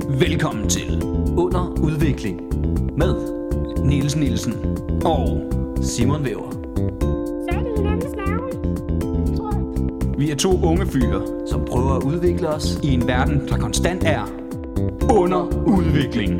Velkommen til Under udvikling med Niels Nielsen og Simon Væver. vi er to unge fyre Som prøver at udvikle os i en verden, der konstant er under udvikling.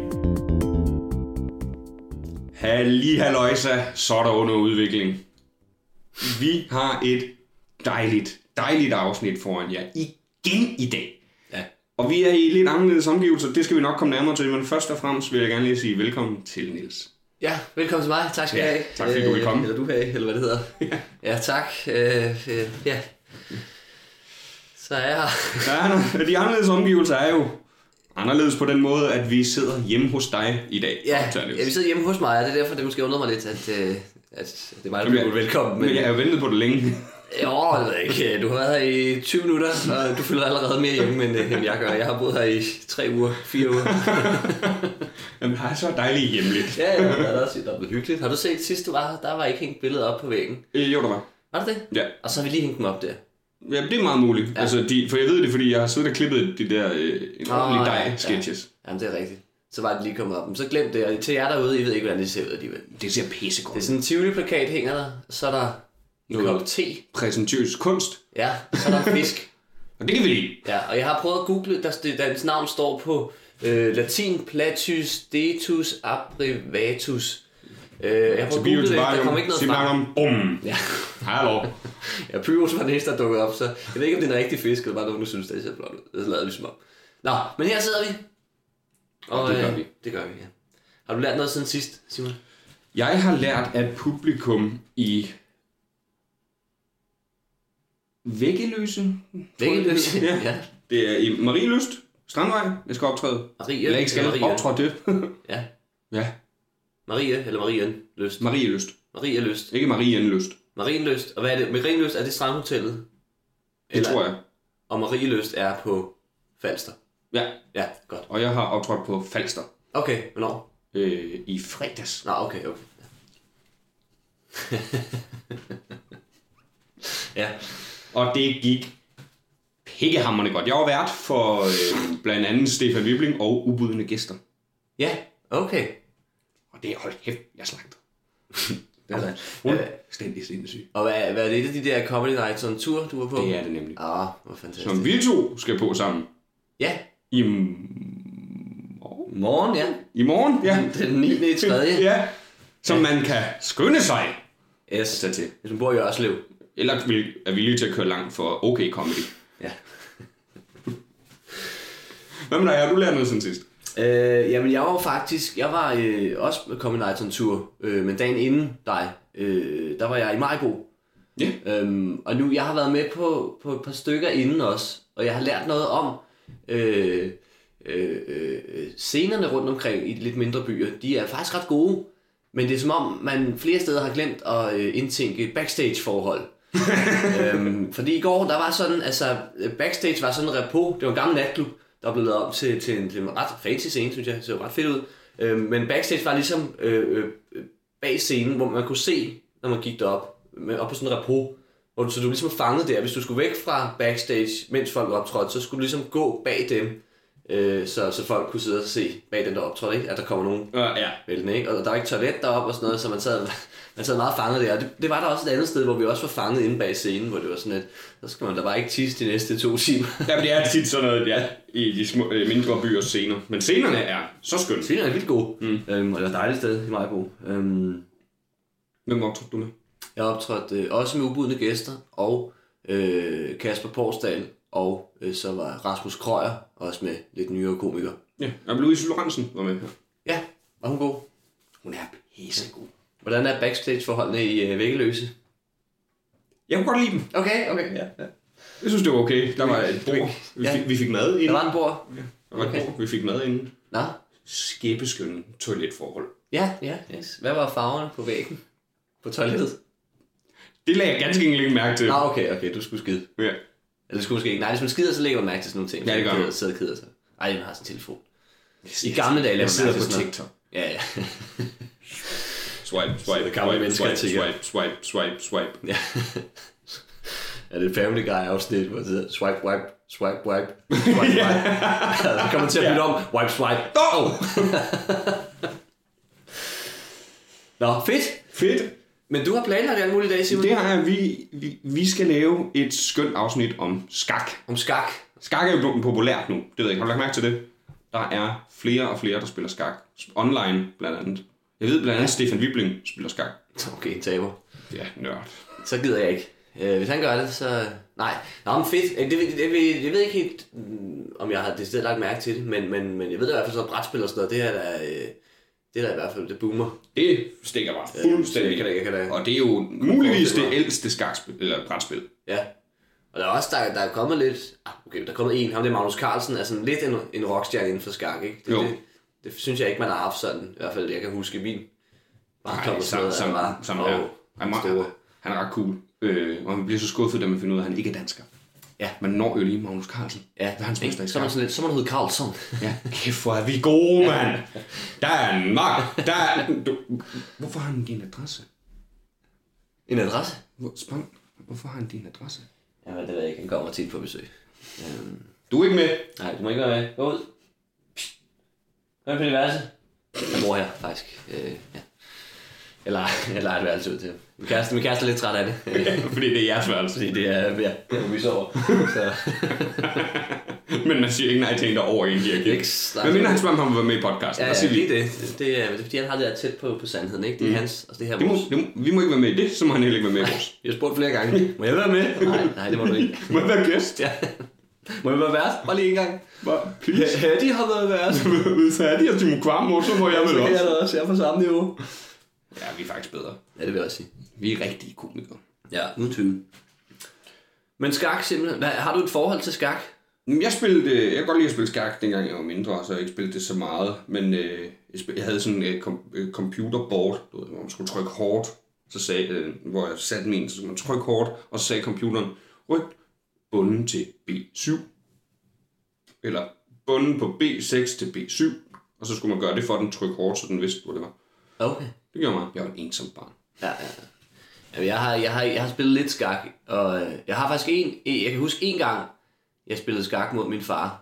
Halløjsa, så er der under udvikling. Vi har et dejligt afsnit foran jer igen i dag. Ja. Og vi er i lidt anderledes omgivelser, det skal vi nok komme nærmere til, men først og fremmest vil jeg gerne lige sige velkommen til Niels. Ja, velkommen til mig. Tak skal du have. Tak fordi du vil komme. Eller du have, eller hvad det hedder. Ja, tak. Ja. Så er jeg her. Ja, de anderledes omgivelser er jo anderledes på den måde, at vi sidder hjemme hos dig i dag. Ja, vi sidder hjemme hos mig, og det er derfor, det måske undrer mig lidt, at det er mig, der bliver velkommen. Men jeg har jo ventet på det længe. Jo, jeg ved ikke. Du har været her i 20 minutter, og du føler allerede mere hjemme, end jeg gør. Jeg har boet her i 4 uger. Jamen, det er så dejligt hjemligt. Ja, det er også hyggeligt. Har du set sidst du var her? Der var ikke hængt billeder op på væggen. Jo, der var. Var det det? Ja. Og så har vi lige hængt dem op der. Ja, det er meget muligt. Ja. Altså, for jeg ved det, fordi jeg har siddet og klippet de der en ordentlig sketches. Ja. Jamen, det er rigtigt. Så var det lige kommet op. Men så glem det. Og til jer derude, I ved ikke, hvordan det ser ud alligevel. Det ser pissegodt. Det er sådan en Tivoli-plakat hænger der. Så er der en kop te. Præsentøs kunst. Ja, så er der en fisk. Og det kan vi lide. Ja, og jeg har prøvet at google, dens navn står på latin Platus Detus Abbreviatus. Jeg har prøvet at google det, der kommer ikke noget frem. Bum. Ja. Hallo. Ja, Pyrus var den eneste, der dukkede op, så jeg ved ikke, om det er en rigtig fisk, eller bare nogen, der synes, det ser flot ud. Det lader vi som om. Nå, men her sidder vi. Og det gør vi. Det gør vi, ja. Har du lært noget siden sidst, Simon? Jeg har lært, at publikum i Væggeløse. Ja. Det er i Marielyst, Strandvej. Jeg skal optræde. Marie. Eller ikke skal optræde det. Ja. Ja. Marie eller Marienlyst. Marielyst. Marielyst. Ikke Marienlyst. Marienlyst. Og hvad er det? Marienlyst, er det Strandhotellet? Det tror jeg. Og Marielyst er på Falster. Ja. Ja, godt. Og jeg har optrådt på Falster. Okay, hvornår? I fredags. Nå, okay. Ja. Og det gik pikkehamrende godt. Jeg var vært for blandt andet Stefan Wibling og ubudne gæster. Ja, okay. Og det er holdt kæft, jeg slagter. Det er Fuldstændig sindssygt. Og hvad er det de der Comedy Nights on Tour, du var på? Det er det nemlig. Hvor fantastisk. Som vi to skal på sammen. Ja. I morgen, ja. I morgen, ja. Den 9.3. Ja. Som man kan skynde sig Yes. at tage til. Hvis man bor i Ørslev. Eller er villig til at køre langt for okay comedy. Ja. Hvad med dig? Har du lært noget siden sidst? Jamen jeg var også med Comedy Nights on Tour, men dagen inden dig, der var jeg i Maribo. Ja. Og nu, jeg har været med på et par stykker inden også, og jeg har lært noget om scenerne rundt omkring i de lidt mindre byer. De er faktisk ret gode, men det er som om, man flere steder har glemt at indtænke backstage-forhold. Fordi i går, der var sådan, altså backstage var sådan en repo, det var en gammel natklub, der blev lavet om til en ret fancy scene, synes jeg, det så ret fedt ud. Men backstage var ligesom bag scenen, hvor man kunne se, når man gik derop, op på sådan en repo, så du ligesom fanget der. Hvis du skulle væk fra backstage, mens folk optrådte, så skulle du ligesom gå bag dem, så folk kunne sidde og se bag den der optrådte, ikke? At der kommer nogen vælten, ikke? Og der var ikke toilet deroppe og sådan noget, så man sad meget fanget der. Det var der også et andet sted, hvor vi også var fanget inde bag scenen, hvor det var sådan lidt, så skal man da bare ikke tisse de næste 2 timer. Jamen det er tit sådan noget, ja, i de små, mindre byers scener. Men scenerne er så skønne. Scenerne er vildt gode, og det var et dejligt sted i Maribo. Hvem optrådte du med? Jeg optrådte også med ubudne gæster, og Kasper Porsdal, og så var Rasmus Krøyer også med, lidt nyere komiker. Ja, og Louise Lorentzen var med her. Ja, var hun god? Hun er pissegod. Hvordan er backstage-forholdene i Væggeløse? Jeg kunne godt lide dem. Okay, ja. Jeg synes, det var okay. Der var et bord. Vi fik mad inden. Der var en bord? Ja, der var et bord. Vi fik mad inden. Nå? Skæbeskønne toiletforhold. Ja, yes. Hvad var farverne på væggen? På toilettet? Det lagde jeg ganske ikke mærke til. Nå, okay, du skulle skide. Ja. Eller du skulle måske ikke. Nej, hvis man skider, så lægger man mærke til sådan nogle ting. Ja, det gør man. Sidder og keder sig. Ej, den har sådan en telefon. I gamle dage lavede man på TikTok. Ja. Swipe. Ja. er det Family Guy-afsnit, hvor det hedder swipe, wipe, swipe, wipe, swipe, wipe. Så kommer man til at bytte om, wipe, swipe. Nå, fedt. Fedt. Men du har planlagt alt muligt i dag, Simon? Det har vi skal lave et skønt afsnit om skak. Om skak? Skak er jo blevet populært nu, det ved jeg ikke. Har du lagt mærke til det? Der er flere og flere, der spiller skak. Online blandt andet. Jeg ved blandt andet, Stefan Wibling spiller skak. Okay, taber. Ja, nørd. Så gider jeg ikke. Hvis han gør det, så... Nej, men fedt. Jeg ved ikke helt, om jeg har decideret lagt mærke til det, men jeg ved da i hvert fald, så brætspil og sådan noget, det er der i hvert fald, det boomer. Det stikker bare fuldstændig. Jeg kan da. Og det er jo muligvis det ældste skakspil, eller brætspil. Ja. Og der er også, der er kommet lidt... Okay, der er kommet en, ham det er Magnus Carlsen, er sådan lidt en rockstjerne inden for skak, ikke? Det synes jeg ikke, man har haft sådan, i hvert fald jeg kan huske min. Nej, som han er ret cool. Og man bliver så skuffet, da man finder ud af, at han ikke er dansker. Ja. Man når jo lige Magnus Carlsen. Ja. Hvad hans bedste i skak? Så må man hedde Carlson. Ja. Kæft, hvor er vi gode, mand. Danmark. Hvorfor har han din adresse? En adresse? Hvorfor har han din adresse? Jamen, det ved jeg ikke. Han kommer tit på besøg. Du er ikke med? Nej, du må ikke være med. Gå ud. Hør på diverse. Jeg bor her, faktisk. Ja. Eller jeg leger et værelse ud til. Min kæreste er lidt træt af det. Fordi det er jeres værelse. Fordi det er vi sover. Så. Men man siger ikke nej til en, der over en hierarki. Men mindre han spørger, om han vil være med i podcasten. Ja, det er fordi, han har det der tæt på sandheden, ikke? Det er hans, altså det her vores. Vi må ikke være med i det, så må han heller ikke være med i vores. Jeg har spurgt flere gange. Må jeg være med? Nej, det må du ikke. Må jeg være gæst? Ja. Må jeg være vært? Bare lige en gang. Please. Hedy har været vært. Hvis Hedy og Timo Kvarmo, så må jeg vel også. Så kan jeg da også. Jeg er på samme niveau. Ja, vi er faktisk bedre. Ja, det vil jeg sige. Vi er rigtige komikere. Ja, uden tvivl. Men skak simpelthen. Har du et forhold til skak? Jeg kan godt lide at spille skak, dengang jeg var mindre, så jeg ikke spillede det så meget. Men jeg havde sådan et computerboard, hvor man skulle trykke hårdt. Hvor jeg satte min, så skulle man trykke hårdt, og så sagde computeren, ryk bunden til B7. Eller bunden på B6 til B7. Og så skulle man gøre det for den, trykke hårdt, så den vidste, hvor det var. Okay. Det gjorde mig. Jeg var en ensom barn. Ja. Jeg har spillet lidt skak, og jeg har faktisk jeg kan huske en gang, jeg spillede skak mod min far,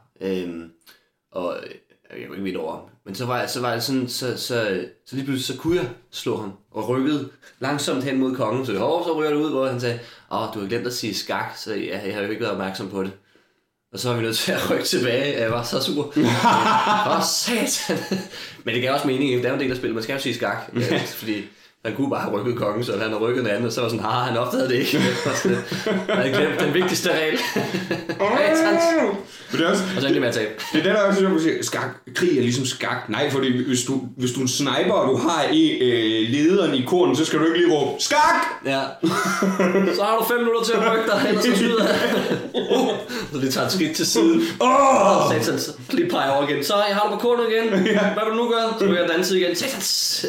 og jeg kunne ikke vide over ham. Men så var det sådan, så lige pludselig så kunne jeg slå ham, og rykkede langsomt hen mod kongen, så ryger det ud, hvor han sagde, du har glemt at sige skak, så jeg har jo ikke været opmærksom på det. Og så var vi nødt til at rykke tilbage, jeg var så sur. Satan. Men det gav også mening, det er jo en del af spillet, man skal jo sige skak, fordi han kunne bare have rykket kongen, så han havde rykket den anden, og så var sådan, han opdagede det ikke. Han havde glemt den vigtigste regel. Men det er også, og så endelig med at tabe. Det er det, der også synes, at skak, krig er ligesom skak. Nej, fordi hvis du er en sniper, og du har lederen i kornen, så skal du ikke lige råbe, skak! Ja. Så har du 5 minutter til at rykke dig, ellers så skyder jeg. Så lige tager et skridt til siden. Satan, så lige peger over igen. Så jeg har du på kornet igen. Hvad vil du nu gøre? Så rykker jeg den anden side igen. Satans!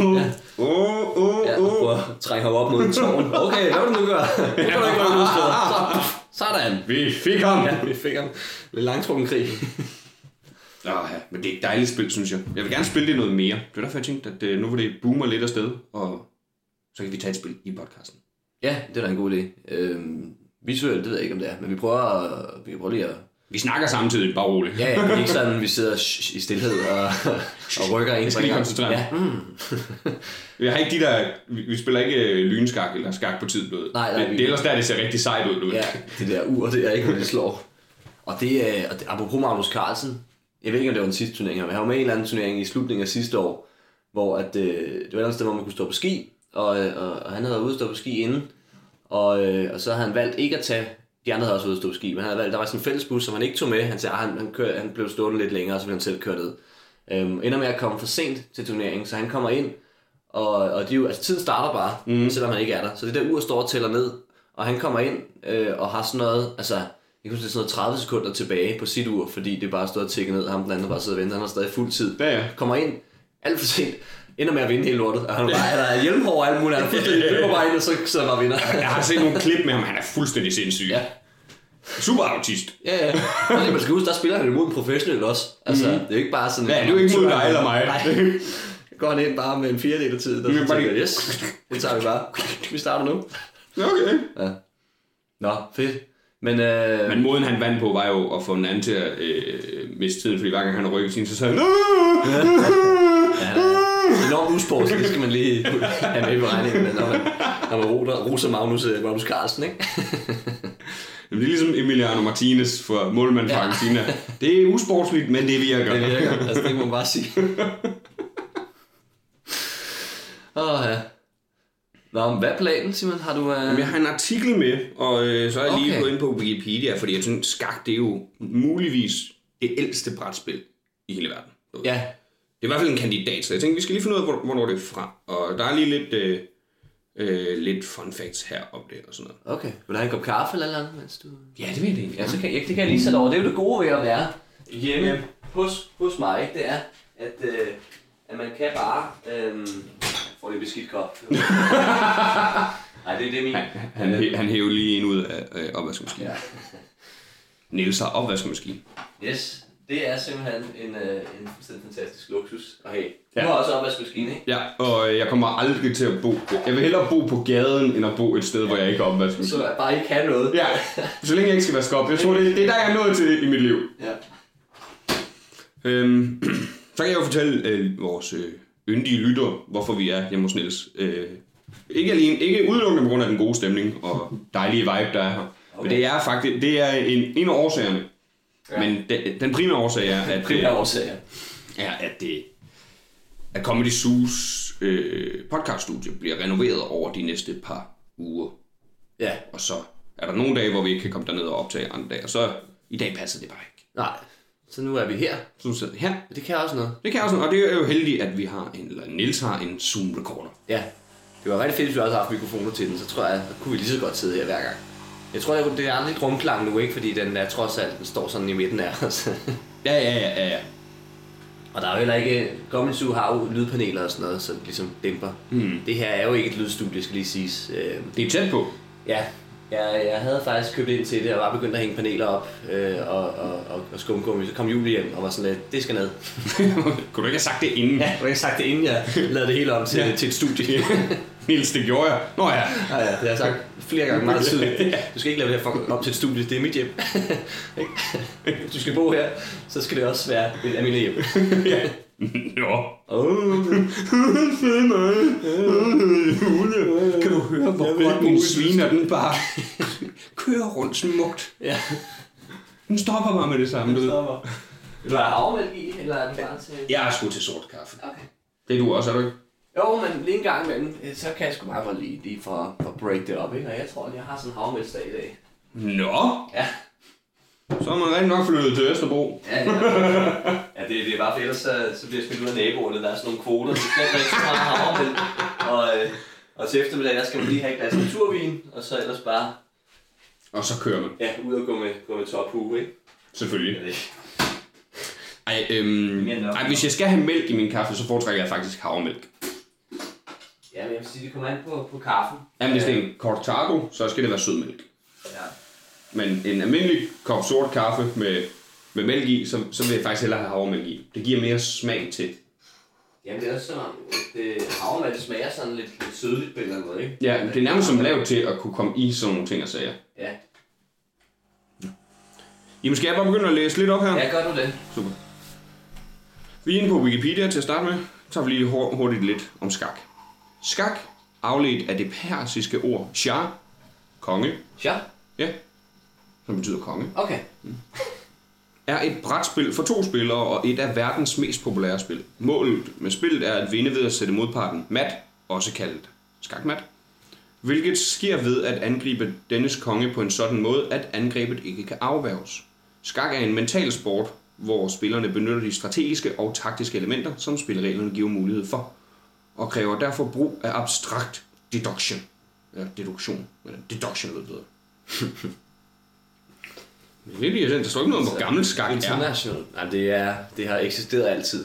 Prøv at trænge ham op mod en tårn. Okay, hvad vil du nu gøre? Det kan du ikke gøre udsteder. Sådan. Vi fik ham. Ja, vi fik ham. Lidt langtrukken krig. Men det er et dejligt spil, synes jeg. Jeg vil gerne spille det noget mere. Det er derfor, jeg tænkte, at nu hvor det boomer lidt afsted, og så kan vi tage et spil i podcasten. Ja, det er da en god idé. Visuelt, det ved jeg ikke, om det er, men vi prøver lige at... Vi snakker samtidig, bare roligt. Ja, det er ikke sådan, vi sidder i stilhed og rykker ind. Jeg skal lige koncentrere mig. Ja. Jeg har ikke de der... Vi spiller ikke lynskak eller skak på tid. Nej, det er ellers der, det ser rigtig sejt ud. Ja, det der ur, det er ikke, når det slår. Og det er... Apropos Magnus Carlsen, jeg ved ikke, om det var den sidste turnering, men han var med i en eller anden turnering i slutningen af sidste år, hvor at, det var et sted, hvor man kunne stå på ski, og han havde været ude at stå på ski inden, og så havde han valgt ikke at tage... De andre havde også ude at stå på ski, men han havde valgt, der var sådan en fællesbus, som han ikke tog med. Han sagde, han blev stående lidt længere, og så ville han selv køre ned. Ender med at komme for sent til turneringen, så han kommer ind, og de jo, altså tiden starter bare, selvom han ikke er der. Så det der ur står og tæller ned, og han kommer ind og har sådan noget, altså jeg kan huske, det er sådan noget 30 sekunder tilbage på sit ur, fordi det bare stod og tækker ned, ham den anden bare sidder og venter, han har stadig fuld tid. Ja. Kommer ind, alt for sent, ender med at vinde hele lortet, og han er der hjelmhår og alt muligt, han løber bare ind, og så bare vinder. Jeg har set nogle klip med ham, han er fuldstændig sindssyg. Ja. Super autist. Ja. Og man skal huske, der spiller han imod en professionel også. Altså, det er jo ikke bare sådan... Ja, det er jo ikke mod dig eller mig. Nej. Går han ind bare med en 4/4 af tiden, og så tænker yes, det tager vi bare. Vi starter nu. Okay. Ja. Nå, fedt. Men måden han vandt på, var jo at få en anden til at miste tiden, fordi hver gang han rykkede sin, så sagde han... enormt usport, så det skal man lige have med i beregningen, når man roser Magnus Carlsen, ikke? Det er ligesom Emiliano Martinez for målmand fra Argentina. Det er usportsligt, men det virker. Det virker, altså det må man bare sige. Ja. Nå, hvad er planen, Simon? Har du... Jamen, jeg har en artikel med, og så er jeg lige gået ind på Wikipedia, fordi jeg synes, skak, det er jo muligvis det ældste brætspil i hele verden. Ja. Det er i hvert fald en kandidat, så jeg tænkte, vi skal lige finde ud af, hvornår det er fra. Og der er lige lidt fun facts heroppe der og sådan noget. Okay. Vil du have en kop kaffe eller noget, mens du... Ja, det vil jeg egentlig. Ja, så kan jeg lige sætte over. Det er jo det gode ved at være hjemme hos mig, ikke? Det er, at man kan bare... får lige beskidt kop. Nej, det er min. Han hæver lige en ud af opvaskemaskinen. Ja. Niels har opvaskemaskine. Yes, det er simpelthen en fantastisk luksus at have. Du har også opvaskemaskine, ikke? Ja, og jeg kommer aldrig til at bo... Jeg vil hellere bo på gaden, end at bo et sted, hvor jeg ikke har opvaskemaskine. Så jeg bare ikke kan noget. Ja, så længe jeg ikke skal vaske op. Jeg tror, det er der, jeg er nået til i mit liv. Ja. Så kan jeg jo fortælle vores yndige lytter, hvorfor vi er hjemme hos Niels. Ikke udelukkende på grund af den gode stemning og dejlige vibe, der er her. Okay. Men det er faktisk en af årsagerne. Ja. Men den primære årsag er, at Comedy Zoo's podcaststudie bliver renoveret over de næste par uger. Ja. Og så er der nogle dage, hvor vi ikke kan komme derned og optage andre dage. Og så i dag passer det bare ikke. Nej. Så nu er vi her. Så nu sidder vi her. Det kan også noget. Og det er jo heldigt, at vi har Niels har en Zoom-recorder. Ja. Det var rigtig fedt, hvis vi også har haft mikrofoner til den. Så tror jeg, at kunne vi lige så godt sidde her hver gang. Jeg tror, det er lidt rumklang nu, ikke? Fordi den er trods alt, den står sådan i midten af os. Ja. Og der er jo heller ikke... Comedy Zoo har jo lydpaneler og sådan noget, så det ligesom dæmper. Det her er jo ikke et lydstudie, skal lige siges. Det er tæt på. Ja. Jeg havde faktisk købt ind til det, og var begyndt at hænge paneler op og skumgummi. Så kom Julie hjem og var sådan lidt, det skal ned. Kunne du ikke have sagt det inden? Ja, kunne du ikke have sagt det inden, jeg lavede det hele om til et studie. Niels, det gjorde jeg. Nå ja. Ja, det har jeg sagt flere gange meget tydeligt. Du skal ikke lave det her op til et studie, det er mit hjem. Hvis du skal bo her, så skal det også være et af mine hjem. Nå. Kan du høre, hvor godt min sviner den bare kører rundt smukt? Ja. Den stopper bare med det samme. Vil du have havmælk i, eller er den bare til... Jeg er sgu til sort kaffe. Okay. Det er du også, er du ikke? Jo, men lige en gang imellem, så kan jeg sgu meget godt lige for at break det op, ikke? Og jeg tror, at jeg har sådan en havmælksdag i dag. Nå? Ja. Så er man rigtig nok flyttet til Østerbro. Ja, det er bare for ellers så bliver jeg smidt ud af naboerne. Der er sådan nogle kvoter, så skal jeg ikke så meget havmælk. Og til eftermiddag, der skal man lige have et glas naturvin, og så ellers bare... Og så kører man. Ja, ud og gå med tophue, ikke? Selvfølgelig. Hvis jeg skal have mælk i min kaffe, så foretrækker jeg faktisk havremælk. Ja, men jeg vil sige, det kommer an på kaffen. Jamen, hvis det er en cortado, så skal det være sødmælk. Ja. Men en almindelig kop sort kaffe med mælk i, så vil jeg faktisk hellere have havremælk i. Det giver mere smag til. Jamen, det er også sådan, havremælk smager sådan lidt sødligt på en eller anden måde, ikke? Ja, det er nærmest som lavet til at kunne komme i sådan nogle ting og sager. Ja. Jamen, skal jeg bare begynde at læse lidt op her? Ja, gør du det. Super. Vi er inde på Wikipedia til at starte med. Så tager vi lige hurtigt lidt om skak. Skak, afledt af det persiske ord shah, konge. Shah? Ja, som betyder konge. Okay. Er et brætspil for 2 spillere og et af verdens mest populære spil. Målet med spillet er at vinde ved at sætte modparten mat, også kaldet skakmat, hvilket sker ved at angribe dennes konge på en sådan måde, at angrebet ikke kan afværges. Skak er en mental sport, hvor spillerne benytter de strategiske og taktiske elementer, som spillereglerne giver mulighed for, og kræver derfor brug af abstrakt deduction. Ja, deduktion. Deduction lød bedre. Det er lige, der står ikke noget om, hvor gammel skak er. International. Nej, det har eksisteret altid.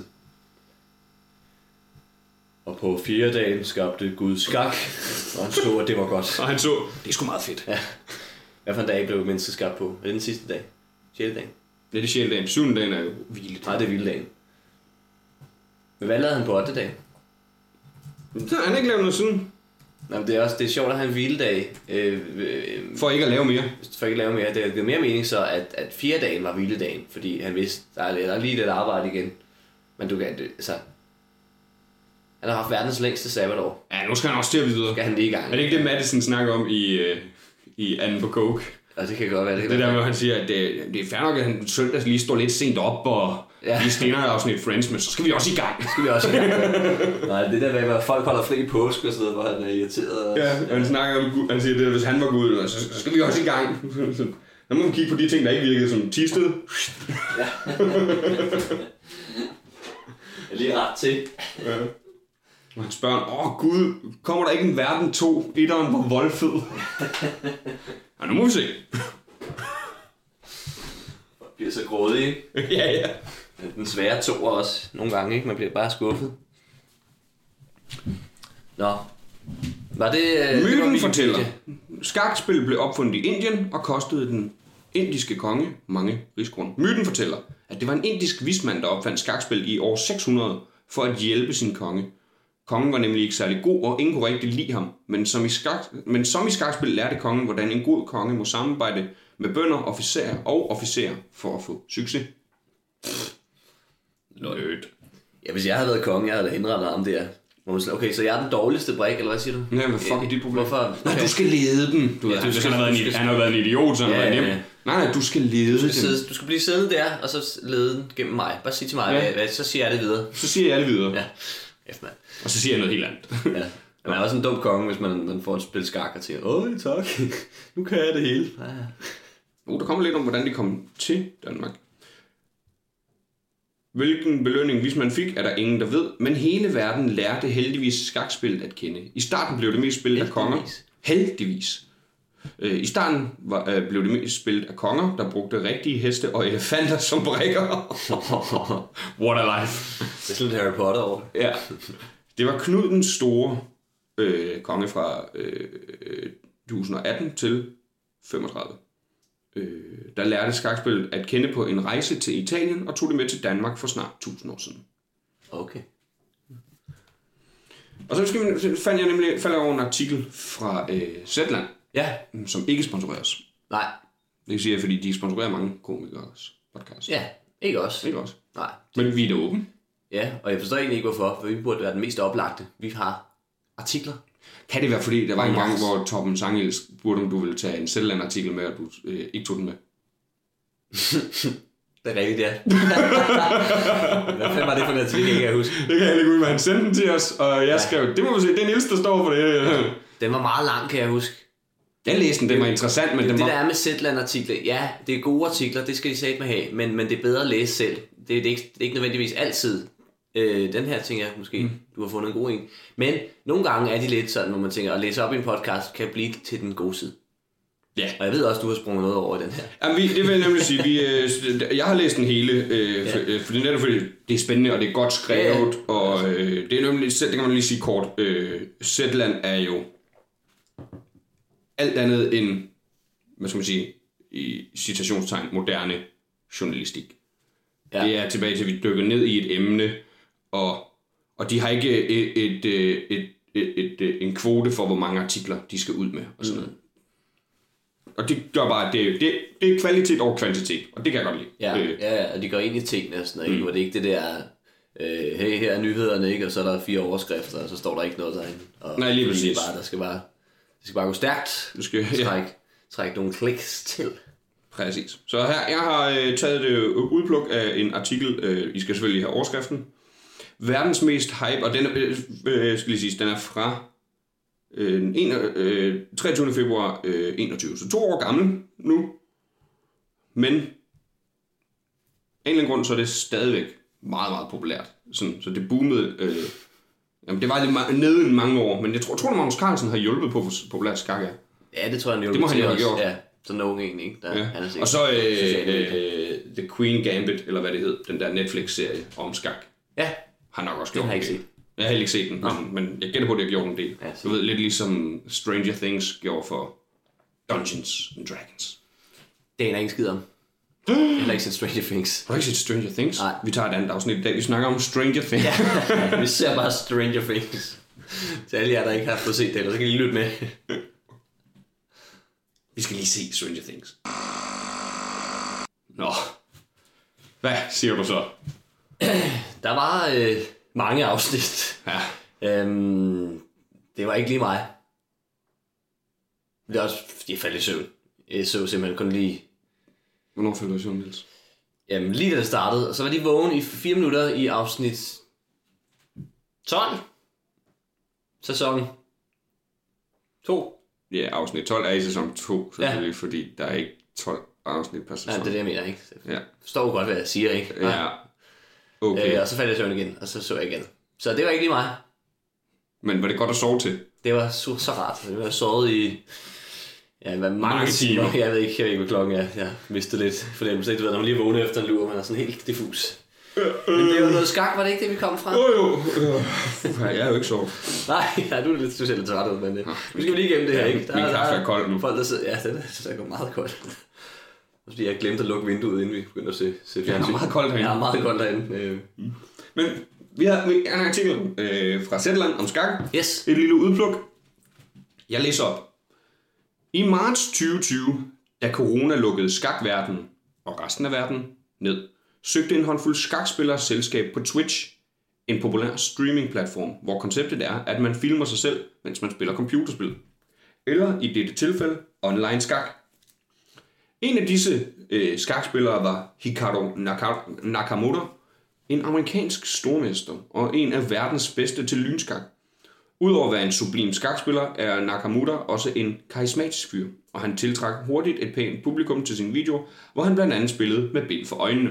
Og på 4. dagen skabte Gud skak, og han så, at det var godt. Og han så, det er sgu meget fedt. Ja. Hvad for en dag blev mennesket skabt på? Er det den sidste dag? 6. dagen? Ja, det er 6. dagen. 7. dagen er jo hviledagen. Nej, det er hviledagen. Men hvad lavede han på 8. dagen? Så har han ikke lavet noget siden. Nå, det er sjovt at have en hviledag. For ikke at lave mere. For ikke at lave mere. Det har givet mere mening så, at 4 dagen var hviledagen, fordi han vidste, der er lige lidt arbejde igen. Men du kan, altså... Han har haft verdens længste sabbatår. Ja, nu skal han også til at videre. Skal han lige i gang. Er det ikke det, Madison snakker om i Anden på Coke? Og det kan godt være. Det der med, han siger, at det er fair nok, at han søndag lige står lidt sent op og lige stener afsnit Friends, men så skal vi også i gang. Nej, det der med, at folk holder fri i påske og sådan noget, hvor han er irriteret. Ja, han snakker om, han siger, at hvis han var Gud, så skal vi også i gang. Så må man kigge på de ting, der ikke virkede som Tisted. Ja. Jeg er lige ret til. Ja. Og han spørger, Gud, kommer der ikke en verden 2? Etteren var voldfed. Ja, nu må vi se. Man bliver så grådig, ikke? Ja. Den svære toer også, nogle gange, ikke? Man bliver bare skuffet. Nå. Var det... Myten fortæller. Skakspil blev opfundet i Indien og kostede den indiske konge mange rigsgrunde. Myten fortæller, at det var en indisk vismand, der opfandt skakspil i år 600 for at hjælpe sin konge. Kongen var nemlig ikke særlig god, og ingen kunne rigtig lide ham. Men som i skakspil lærte kongen, hvordan en god konge må samarbejde med bønder, officerer for at få succes. Nødt. Ja, hvis jeg havde været konge, jeg havde indrettet ham der. Okay, så jeg er den dårligste brik, eller hvad siger du? Ja, men fuck er dit problem? Hvorfor? Nej, du skal lede den. Han har været en idiot, så han har været nem. Nej, du skal lede den. Du skal blive siddende der, og så lede den gennem mig. Bare sig til mig, så siger jeg det videre. Så siger jeg det videre. Ja. Mand. Og så siger jeg noget helt andet. Ja. Man er også en dum konge, hvis man får et spil skak og tænker, tak, nu kan jeg det hele. Der kommer lidt om, hvordan de kom til Danmark. Hvilken belønning, hvis man fik, er der ingen, der ved, men hele verden lærte heldigvis skakspillet at kende. I starten blev det mest spillet af konger. Heldigvis. I starten blev det mest spillet af konger, der brugte rigtige heste og elefanter som brikker. What a life. Det er sådan lidt Harry Potter over. Ja. Det var Knud den Store, konge fra 1018 til 35. Der lærte skakspillet at kende på en rejse til Italien og tog det med til Danmark for snart 1000 år siden. Okay. Og så faldt jeg over en artikel fra Zetland, som ikke sponsoreres. Nej. Det siger jeg, fordi de sponsorerer mange komikers podcast. Ja, ikke også. Ikke også. Nej. Men vi er da åbne. Ja, og jeg forstår egentlig ikke hvorfor, for vi burde være den mest oplagte. Vi har artikler. Kan det være, fordi der var en gang, hvor Torben Sangel spurgte, om du ville tage en Zetland-artikel med, og du ikke tog den med? Det er rigtigt, ja. Hvad fanden var det for en artikel, jeg kan huske? Det kan jeg ikke ud, men han sendte den til os, og jeg skrev, det må vi se, det er Niels, der står for det. Den var meget lang, kan jeg huske. Jeg læste den var interessant, men det der er med Zetland-artikler, ja, det er gode artikler, det skal de satme have, men det er bedre at læse selv. Det er ikke nødvendigvis altid. Den her tænker jeg måske, du har fundet en god en. Men nogle gange er de lidt sådan, når man tænker, at læse op i en podcast kan blive til den gode side. Ja. Og jeg ved også, du har sprunget noget over i den her. Jamen, det vil jeg nemlig sige. Jeg har læst den hele, fordi det er spændende, og det er godt skrevet, og det er nemlig, det kan man lige sige kort, Zetland er jo alt andet end, hvad skal man sige, i citationstegn, moderne journalistik. Ja. Det er tilbage til, at vi dykker ned i et emne, og de har ikke en kvote for, hvor mange artikler de skal ud med. Og sådan noget. Og det gør bare, at det er kvalitet over kvantitet, og det kan jeg godt lide. Ja, og de går ind i tingene og sådan noget, hvor det ikke det der, hey, her er nyhederne, ikke? Og så er der 4 overskrifter, og så står der ikke noget derinde. Og nej, lige præcis. Det skal bare gå stærkt. Du skal trække nogle kliks til. Præcis. Så her, jeg har taget det udpluk af en artikel, I skal selvfølgelig have overskriften. Verdens mest hype, og den er fra 23. februar 21, så 2 år gammel nu. Men af en eller anden grund, så er det stadigvæk meget, meget populært. Sådan, så det boomede. Det var lidt nede i mange år, men jeg tror at Magnus Carlsen har hjulpet på, hvor populært skak er. Ja, det tror jeg, han hjulpet. Det må han jo have gjort. Ja. Så nogen egentlig, ikke? Han og så The Queen Gambit, eller hvad det hed, den der Netflix-serie om skak. Ja. Har nok også gjort den. Jeg har ikke set den, men jeg gætter på, at det har gjort en del. Ja, du ved, lidt ligesom Stranger Things gjorde for Dungeons and Dragons. Det er en skid om. Jeg har ikke set Stranger Things. Har du ikke set Stranger Things? Nej. Vi tager et andet afsnit i dag. Vi snakker om Stranger Things. Ja, vi ser bare Stranger Things. Til alle jer, der ikke har fået set det, eller så kan I lige lytte med. Vi skal lige se Stranger Things. Nå. Hvad siger du så? Der var mange afsnit. Ja. Det var ikke lige mig. Det er også, fordi jeg faldt i søvn. Jeg så simpelthen kun lige... Hvornår faldt du i søvn, Niels? Jamen, lige da det startede, og så var de vågen i 4 minutter i afsnit 12. Sæson 2. Ja, afsnit 12 er i sæson 2, selvfølgelig, fordi der er ikke 12 afsnit per sæson. Ja, det er det, jeg mener, ikke? Ja. Forstår jo godt, hvad jeg siger, ikke? Ja. Okay. Og så faldt jeg i søvn igen, og så jeg igen. Så det var ikke lige mig. Men var det godt at sove til? Det var så rart. Det var sovet i... Ja, mange timer. Jeg ved ikke, hvad klokken er. Jeg mistede lidt fornemmelse. Du ved, når man lige vågner efter en lur, man er sådan helt diffus. Men det var noget skak, var det ikke det, vi kom fra? Jo. Jeg er jo ikke sovet. Nej, du er lidt specielt træt ud, men vi skal lige igennem det her, ikke? Min kaffe er kold nu. Folk, der sidder... Ja, det er meget koldt. Fordi jeg glemte at lukke vinduet, inden vi begyndte at se fjernsyn. Det er meget koldt herinde. Ja, meget koldt herinde. Men vi har en artikel fra Zetland om skak. Yes. Et lille udpluk. Jeg læser op. I marts 2020, da corona lukkede skakverdenen og resten af verden ned, søgte en håndfuld skakspillere selskab på Twitch, en populær streamingplatform, hvor konceptet er, at man filmer sig selv, mens man spiller computerspil. Eller i dette tilfælde, online skak. En af disse skakspillere var Hikaru Nakamura, en amerikansk stormester og en af verdens bedste til lynskak. Udover at være en sublim skakspiller, er Nakamura også en karismatisk fyr, og han tiltrak hurtigt et pænt publikum til sin video, hvor han blandt andet spillede med bind for øjnene.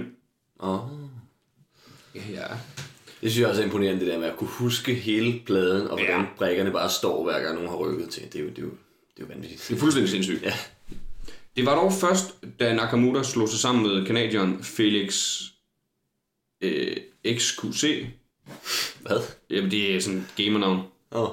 Ja. Det synes jeg også er imponerende, det der med at kunne huske hele pladen, og hvordan brækkerne bare står, hver gang nogen har rykket til. Det er jo vanvittigt. Det er fuldstændig sindssygt. Ja. Det var dog først, da Nakamura slog sig sammen med canadieren Felix XQC. Hvad? Jamen, det er sådan et gamernavn.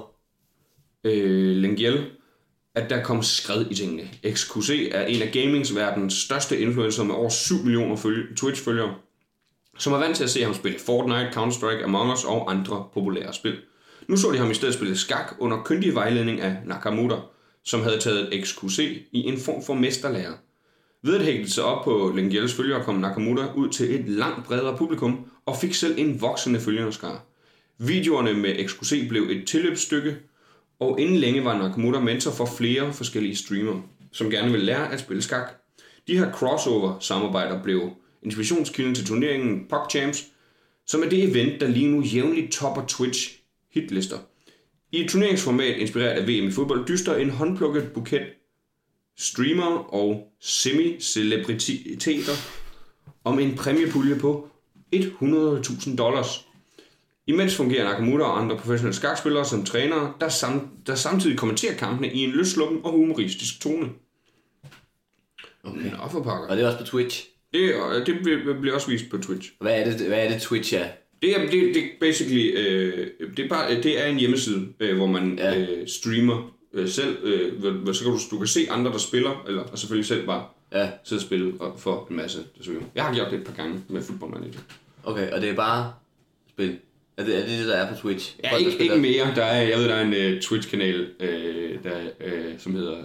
Oh. Lengiel, at der kom skred i tingene. XQC er en af gamingsverdens største influencer med over 7 millioner Twitch-følgere, som er vant til at se ham spille Fortnite, Counter-Strike, Among Us og andre populære spil. Nu så de ham i stedet spille skak under kyndig vejledning af Nakamura, som havde taget XQC i en form for mesterlærer. Ved at hægte sig op på Lengiels følgere kom Nakamura ud til et langt bredere publikum og fik selv en voksende følgerskare. Videoerne med XQC blev et tilløbsstykke, og inden længe var Nakamura mentor for flere forskellige streamere, som gerne ville lære at spille skak. De her crossover-samarbejder blev inspirationskilden til turneringen PogChamps, som er det event, der lige nu jævnligt topper Twitch hitlister. I et turneringsformat inspireret af VM i fodbold dyster en håndplukket buket streamere og semi-celebriteter om en præmiepulje på $100,000. Imens fungerer Nakamura og andre professionelle skakspillere som trænere, der samtidig kommenterer kampene i en løssluppen og humoristisk tone. Okay. Nå, for pokker. Og det er også på Twitch? Det bliver også vist på Twitch. Hvad er det Twitch er? Det er basically det er en hjemmeside, hvor man streamer selv. Så kan du kan se andre der spiller, eller og selvfølgelig selv bare sidde og spille og få en masse. Jeg har gjort det et par gange med Football Manager. Okay, og det er bare spil. Er det der er på Twitch? Ja, ikke mere. Jeg ved der er en Twitch-kanal, som hedder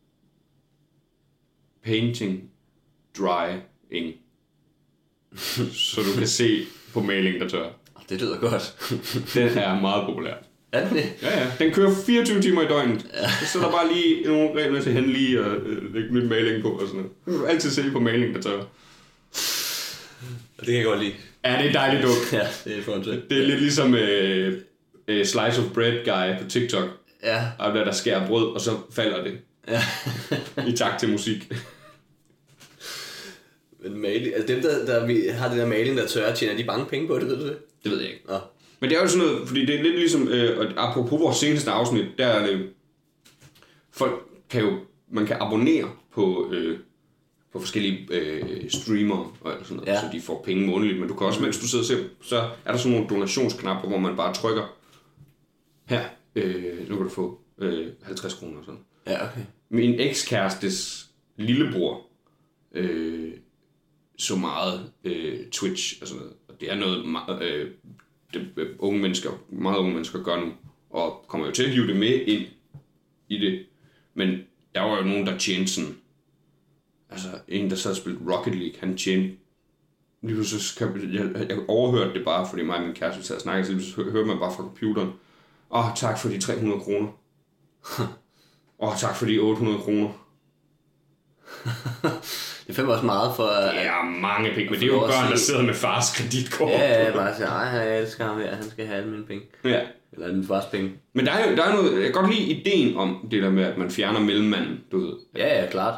Painting Drying. Så du kan se på maling, der tør. Det lyder godt. Den er meget populær. Er den det? Ja. Den kører 24 timer i døgnet. Så er der bare lige nogle regler til hen lige og lægge nyt maling på og sådan noget. Du kan altid se på maling, der tør. Det kan jeg godt lide. Ja, det er dejligt dumt. Ja, det er forhåndsvægt. Det er lidt ligesom Slice of Bread Guy på TikTok. Ja. Og der skærer brød, og så falder det. Ja. I takt til musik. Men maling, altså dem, der har det der maling, der tørrer, tjener de bange penge på det, ved du det? Det ved jeg ikke. Nå. Men det er jo sådan noget, fordi det er lidt ligesom, apropos vores seneste afsnit, der er det, man kan abonnere på forskellige streamere og sådan noget, så de får penge månedligt, men du kan også, mens du sidder og ser, så er der sådan nogle donationsknapper, hvor man bare trykker, her, nu kan du få 50 kroner og sådan. Ja, okay. Min ekskærestes lillebror så meget Twitch og sådan noget, og det er noget, meget unge mennesker gør nu, og kommer jo til at hive det med ind i det. Men der var jo nogen, der tjente sådan... Altså, en, der sad og spillede Rocket League, han tjente... Lige pludselig jeg overhørte det bare, fordi mig og min kæreste sad og snakkede, så hørte man bare fra computeren. Tak for de 300 kroner. Tak for de 800 kroner. Det er fandme også meget for... Det er mange penge, men det er jo børn, der sidder med fars kreditkort. Ja, bare siger, jeg elsker ham her, han skal have alle mine penge. Ja. Eller min fars penge. Men der er noget, jeg kan godt lide ideen om det der med, at man fjerner mellemmanden, du ved. Ja, klart.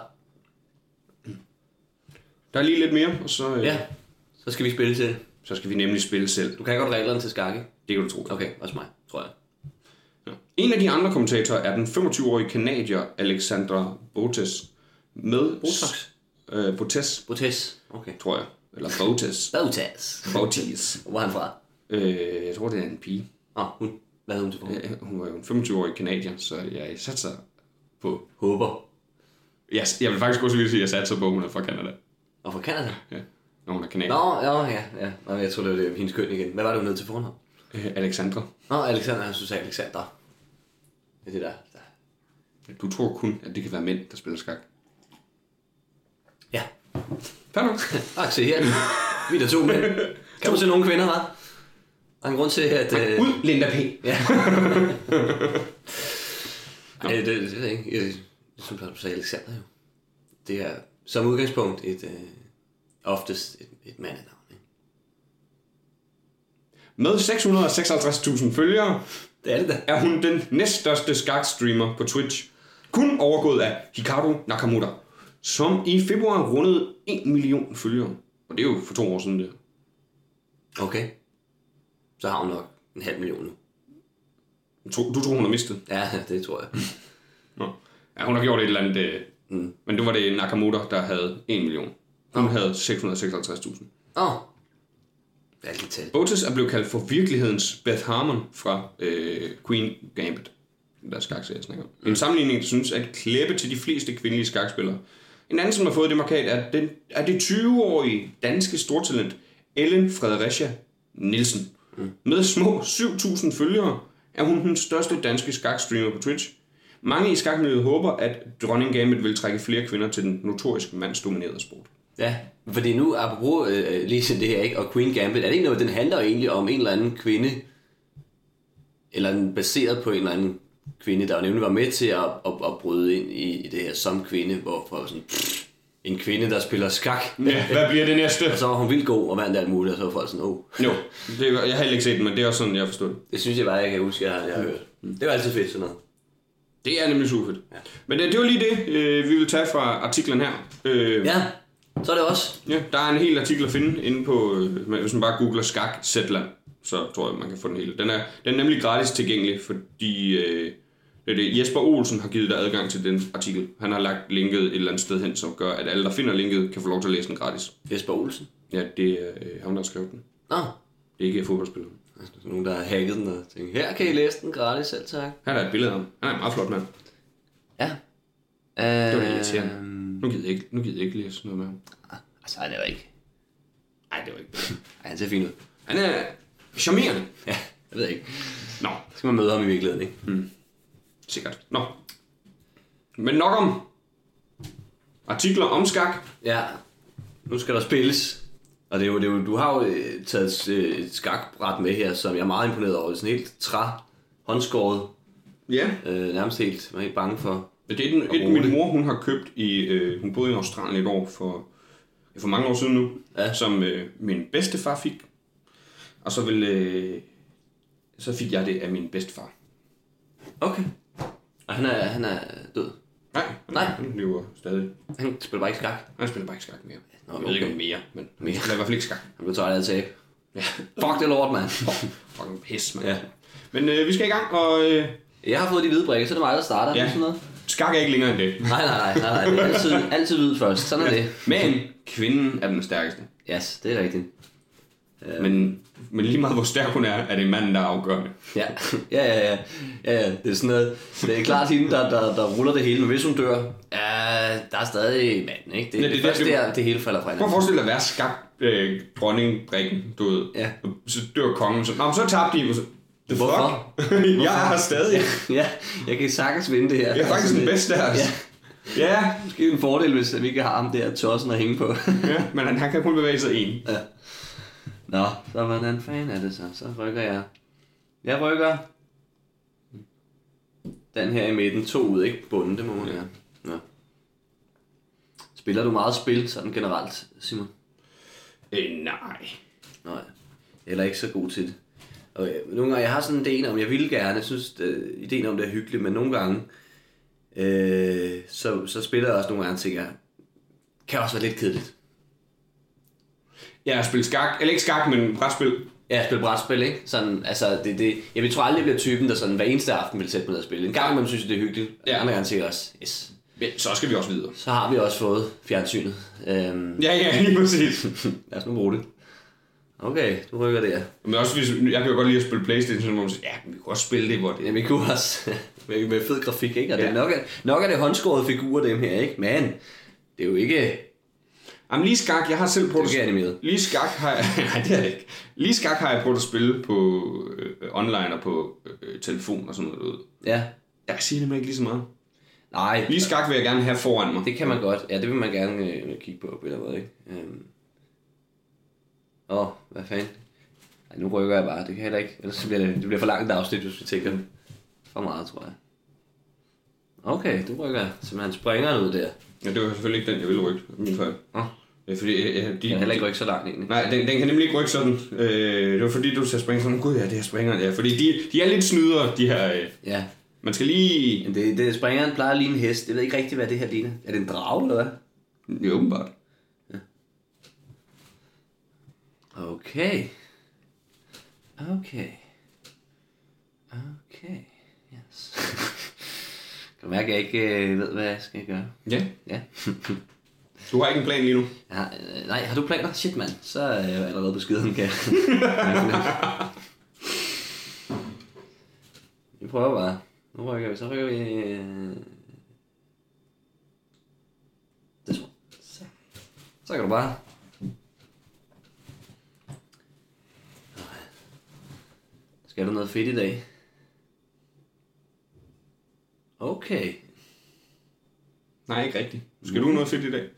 Der er lige lidt mere, og så... Ja, så skal vi spille til. Så skal vi nemlig spille selv. Du kan godt reglerne til skak, ikke? Det kan du tro. Okay, også mig, tror jeg. Ja. En af de andre kommentatorer er den 25-årige kanadier Alexandra Botes. Med... Botox? Botes, okay. tror jeg. Eller Botes. Botes. Hvor er han fra? Jeg tror, det er en pige. Hun. Hvad hed hun til for? Hun var jo en 25-årig kanadier, så jeg satser på... Håber. Jeg vil faktisk også sige, at jeg satser på, at hun er fra Canada. Og fra Canada? Ja, når hun er kanadier. Ja. Nå, jeg tror, det var hendes køn igen. Hvad var det, hun hed til fornavn? Alexandra. Alexander, jeg synes Alexander. Det er det der. Du tror kun, at det kan være mænd, der spiller skak? Ja. Pardon? Se her. Vi er der 2 mænd. Kan du se nogle kvinder, hva'? Der er en grund til, at... Ud, Linda P. Ja. Ej, det er det ikke. Jeg synes, at du sagde Alexander jo. Det er som udgangspunkt oftest et mandenavn. Ikke? Med 656.000 følgere, det er det da. Er hun den næststørste skakstreamer på Twitch. Kun overgået af Hikaru Nakamura, som i februar rundede 1 million følgere. Og det er jo for 2 år siden det. Okay. Så har hun nok 500.000 nu. Du tror, hun har mistet? Ja, det tror jeg. Nå. Ja, hun har gjort et eller andet... Men det var det Nakamura, der havde 1 million. Hun havde 656.000. Det er lidt tal. Botes er blevet kaldt for virkelighedens Beth Harmon fra Queen Gambit. Der er skakserie, jeg snakker om. En sammenligning, der synes at klæbe til de fleste kvindelige skakspillere. En anden, som har fået det markat, er det 20-årige danske stortalent Ellen Fredericia Nielsen. Med små 7.000 følgere er hun den største danske skakstreamer på Twitch. Mange i skakmiljøet håber, at dronning Gambit vil trække flere kvinder til den notoriske mandsdominerede sport. Ja, fordi nu, apropos lige det her, ikke? Og Queen Gambit, er det ikke noget, den handler egentlig om en eller anden kvinde, eller den baseret på en eller anden kvinde, der jo nemlig var med til at bryde ind i det her som kvinde, hvorfor sådan, en kvinde, der spiller skak. Ja, hvad bliver det næste? Og så var hun vildt god og vandt alt muligt, og så var folk sådan, Jo, jeg har heller ikke set den, men det er også sådan, jeg forstår det. Det synes jeg bare, jeg kan huske, jeg har hørt. Det var altid fedt sådan noget. Det er nemlig super fedt. Ja. Men det var lige det, vi vil tage fra artiklen her. Ja, så er det også. Ja, der er en hel artikel at finde inde på, hvis man bare googler skak Zetland, så tror jeg, man kan få den hele. Den er nemlig gratis tilgængelig, fordi Jesper Olsen har givet dig adgang til den artikel. Han har lagt linket et eller andet sted hen, som gør, at alle, der finder linket, kan få lov til at læse den gratis. Jesper Olsen? Ja, det er ham, der har skrevet den. Det er ikke fodboldspiller. Altså, nogen, der har hacket den og tænkt, her kan I læse den gratis selv, tak. Her er der et billede af ham. Han er en meget flot mand. Ja. Det var irriterende. Nu gider jeg ikke læse noget med ham. Altså, han er jo ikke. Nej, det var ikke. Han ser fint ud. Han er charmerende. Ja, jeg ved ikke. Nå. Så skal man møde ham i virkeligheden, ikke? Sikkert. Nå. Men nok om artikler om skak. Ja. Nu skal der spilles. Og det er jo, du har jo taget et skakbræt med her, som jeg er meget imponeret over. Det er sådan helt håndskåret. Ja. Nærmest helt. Jeg er helt bange for. Det er et min mor, hun har købt i... hun boede i Australien et år for mange år siden nu. Ja. Som min bedstefar fik. Og så fik jeg det af min bedstefar. Okay. Og han er død? Nej. Han lever stadig. Han spiller bare ikke skak? Han spiller bare ikke skak mere. Jeg ved ikke om mere, men han spiller i hvert fald ikke skak. Han blev tøjt af at tabe. Ja. Fuck det lort, mand. Fucking pis, mand. Ja. Men vi skal i gang, og... Jeg har fået de hvide brikker, så det er mig, der starter. Ja. Sådan noget. Skak er ikke længere end det. Nej. Det er altid hvid først. Sådan er det. Men kvinden er den stærkeste. Yes, det er rigtigt. Men lige meget hvor stærk hun er det manden, der er afgørende. Ja. Det er sådan noget. Det er klart hende, der ruller det hele, men hvis hun dør, der er stadig manden, ikke? Det først det hele falder fra hinanden. Prøv at forestille dig at være skak dronningbrikken, du ved. Ja. Så dør kongen, så tabte de. Hvorfor? Jeg er her stadig. Ja, jeg kan sagtens vinde det her. Jeg er faktisk den bedste af os. Ja. Måske en fordel, hvis vi ikke har ham der tossen at hænge på. Ja, men han kan kun bevæge sig en. Ja. Nå, så hvordan fanden er det så? Så rykker jeg. Jeg rykker den her i midten. 2 ud, ikke? Bunden, det må man gøre. Ja. Spiller du meget spil sådan generelt, Simon? Nej. Nej, eller ikke så god til det. Og nogle gange, jeg har sådan en idé om, jeg vil gerne, jeg synes, ideen om det er hyggeligt, men nogle gange, så spiller jeg også nogle gange, tænker jeg, kan også være lidt kedeligt. Ja, at spille skak, eller ikke skak, men brætspil. Ja, spille brætspil, ikke? Sådan, altså, jeg tror aldrig, jeg bliver typen, der sådan hver eneste aften vil sætte mig ned og spille. En gang imellem synes jeg, det er hyggeligt, andre gange tænker jeg også, yes. Ja, så skal vi også videre. Så har vi også fået fjernsynet. Ja, lige præcis. Lad os nu bruge det. Okay, du rykker det, ja. Men også hvis, jeg kan jo godt lide at spille PlayStation, hvor man siger, ja, vi kan også spille det, hvor det... Ja, vi kunne også med fed grafik, ikke? Og det er nok er det håndskårede figurer, dem her, ikke? Men det er jo ikke... Jamen lige skak, jeg har selv prøvet at spille. Lige skak har jeg... Nej, det er det ikke. Lige skak har jeg prøvet at spille på online og på telefon og sådan noget derude. Ja. Jeg siger nemlig ikke lige så meget. Nej. Lige skak vil jeg gerne have foran mig. Det kan man godt. Ja, det vil man gerne kigge på eller hvad, ikke? Hvad fanden? Ej, nu rykker jeg bare. Det kan heller ikke. Ellers bliver det bliver for langt et afsnit, hvis vi tænker for meget, tror jeg. Okay, du rykker simpelthen springeren ud der. Ja, det var selvfølgelig ikke den, jeg ville rykke. Min fejl. Ja, fordi, de kan heller ikke rykke så langt egentlig. Nej, den kan nemlig ikke rykke sådan. Det var fordi, du skal springe sådan. Gud, ja, det her springeren. Ja, fordi de er lidt snydere, de her... Ja. Man skal lige... Men det springeren plejer at ligne en hest. Jeg ved ikke rigtigt, hvad det her ligner. Er det en drage, eller hvad? Ja, åbenbart. Ja. Okay. Yes. Kan du mærke, at jeg ikke ved, hvad jeg skal gøre? Ja. Du har ikke en plan lige nu? Ja, nej, har du planer? Shit, mand. Så er jeg allerede på skiden, kan vi prøver bare. Nu rykker vi. Så rykker vi... Det tror jeg. Så kan du bare... Skal du noget fedt i dag? Okay. Nej, ikke rigtigt. Skal du noget fedt i dag?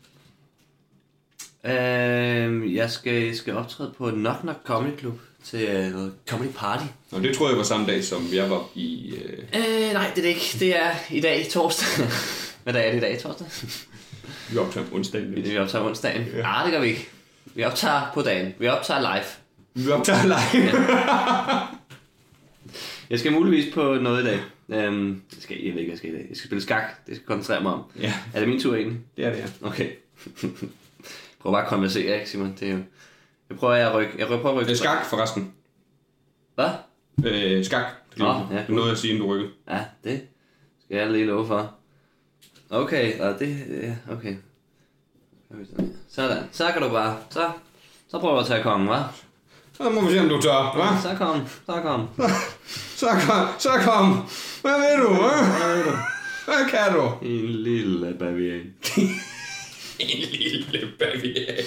Jeg skal optræde på Knock Knock Comedy Club til noget comedy party. Og det tror jeg var samme dag, som jeg var i... Nej, det er det ikke. Det er i dag, torsdag. Hvad dag er det i dag, torsdag? Vi optager onsdagen. Vi optager onsdagen. Ja. Det gør vi ikke. Vi optager på dagen. Vi optager live. Vi optager live. Ja. Jeg skal muligvis på noget i dag. Jeg ved ikke, hvad jeg skal i dag. Jeg skal spille skak. Det skal jeg koncentrere mig om. Ja. Er det min tur egentlig? Det er det, ja. Okay. Prøv bare at konversere, ikke Simon? Det er jo... Jeg prøver at rykke. Det er skak forresten. Hvad? Skak. Det er noget at sige, inden du rykker. Ja, det skal jeg lige love for. Okay, og det... Ja, okay. Sådan. Så kan du bare... Så prøver du at tage kongen, hva'? Så må vi se, om du tør, hva'? Så kom. Så kom. Hvad ved du, hva'? Hvad kan du? En lille bavian. En lille bavian.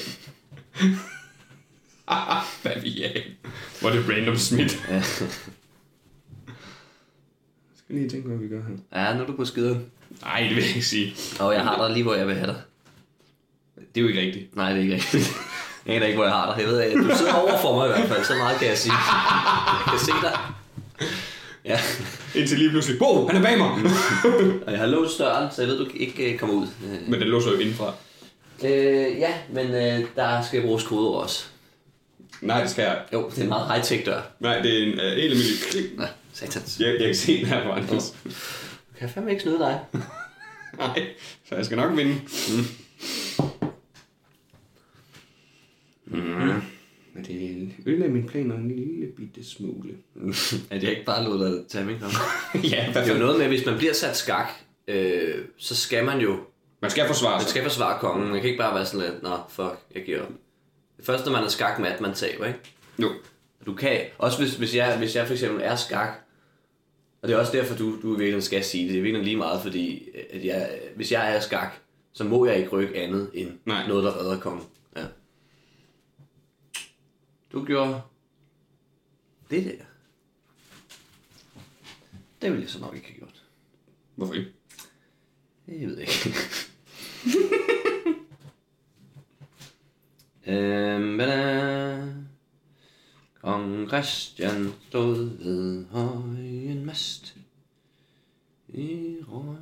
Bavian. Hvor er det random smidt. Ja. Skal lige tænke, hvad vi gør her. Ja, nu er du på skideren. Nej, det vil jeg ikke sige. Og jeg har dig lige, hvor jeg vil have dig. Det er jo ikke rigtigt. Nej, det er ikke rigtigt. Jeg aner ikke, hvor jeg har dig. Jeg ved, at du sidder over for mig i hvert fald. Så meget kan jeg sige. Jeg kan se dig. Ja. Indtil lige pludselig. Wow, han er bag mig. Og jeg har låst døren, så jeg ved, du ikke kommer ud. Men den låser jo indenfra. Ja, men der skal bruges kodeord også. Nej, det skal jeg. Jo, det er en meget high-tech dør. Nej, det er en helt almindelig... Nej, satans. Jeg kan se den her på Anders. Du kan fandme ikke snyde dig. Nej, så jeg skal nok vinde. Men det ødelagde mine planer en lille bitte smule. At jeg ikke bare lod dig tage min kamp. Ja, det er jo noget med, hvis man bliver sat skak, så skal man jo... Man skal forsvare sig. Man skal forsvare kongen. Man kan ikke bare være sådan lidt, nå, fuck, jeg giver op. Det første, når man er skakmat, man taber, ikke? Jo. Du kan, også hvis jeg for eksempel er skak, og det er også derfor, du virkelig skal sige det. Det er virkelig lige meget, fordi at hvis jeg er skak, så må jeg ikke rykke andet end noget, der redder kongen. Ja. Du gjorde det der. Det ville jeg så nok ikke have gjort. Hvorfor ikke? Det ved jeg ikke. Hvad er... Kong Christian stod ved højen mast i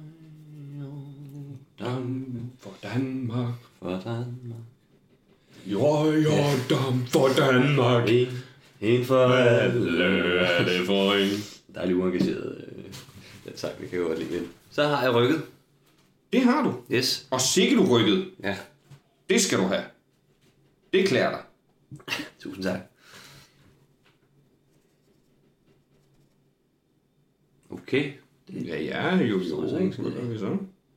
Røgerdam For Danmark. for Danmark. I Røgerdam for Danmark. En for alle. Alle for en. Der er lige uengageret. Den sang, vi kan jo godt lide. Så har jeg rykket. Det har du. Yes. Og sikke du rykket. Ja. Det skal du have. Det klæder dig. Tusind tak. Okay. Ja, jo. Så ikke sådan Hvad gør vi så?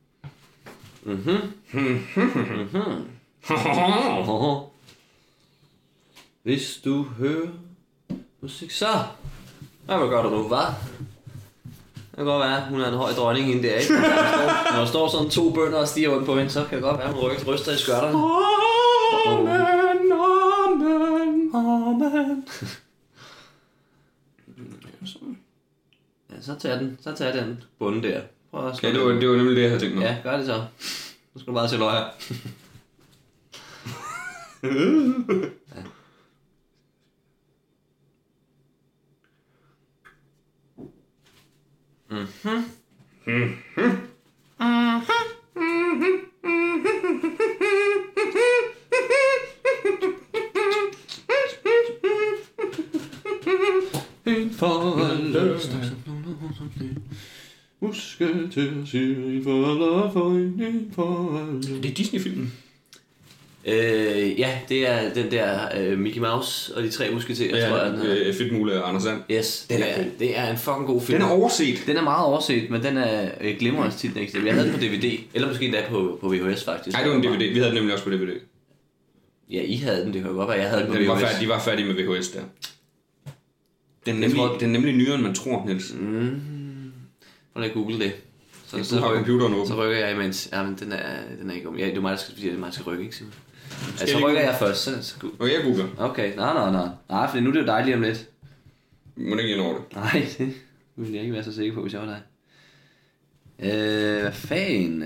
Hvis du hører musik, så... Hvad gør du nu, hva'? Det kan godt være, hun er en høj dronning hende der, ikke? Når der står sådan 2 bønder og stiger rundt på hende, så kan det godt være, hun ryster i skørterne. Amen, amen. Ja, så tager den bunde der. Prøv at Ja, det var nemlig det, jeg havde tænkt mig. Ja, gør det så. Nu skal du bare se løg her. Ja. En for alle. Husk til at sige en for alle, for alle. Det er Disney-filmen. Ja, det er den der Mickey Mouse og de 3 musketerer, tror jeg. Fedt Mule og Anders Sand. Yes, Den er god. det er en fucking god film. Den er overset. Den er meget overset, men den er glimrende tit. Jeg havde den på DVD, eller måske endda på VHS faktisk. Nej, det var en DVD. Vi havde den nemlig også på DVD. Ja, I havde den, det kan jo godt være, jeg havde den på VHS. De var færdige med VHS der. Den er nemlig nyere, end man tror, Niels. Prøv at google det. Så har computeren åben. Så rykker jeg imens. Ja, men den er ikke om. Ja, det er mig, der skal, fordi det er mig, der skal rykke, ikke Simon? Altså, så rykker jeg først, så Okay, jeg googler. Okay, nej. Nej, for nu er det jo dejligt om lidt. Må ikke ind over det. Nej, det ville jeg ikke være så sikker på, hvis jeg var dig. Hvad fanden?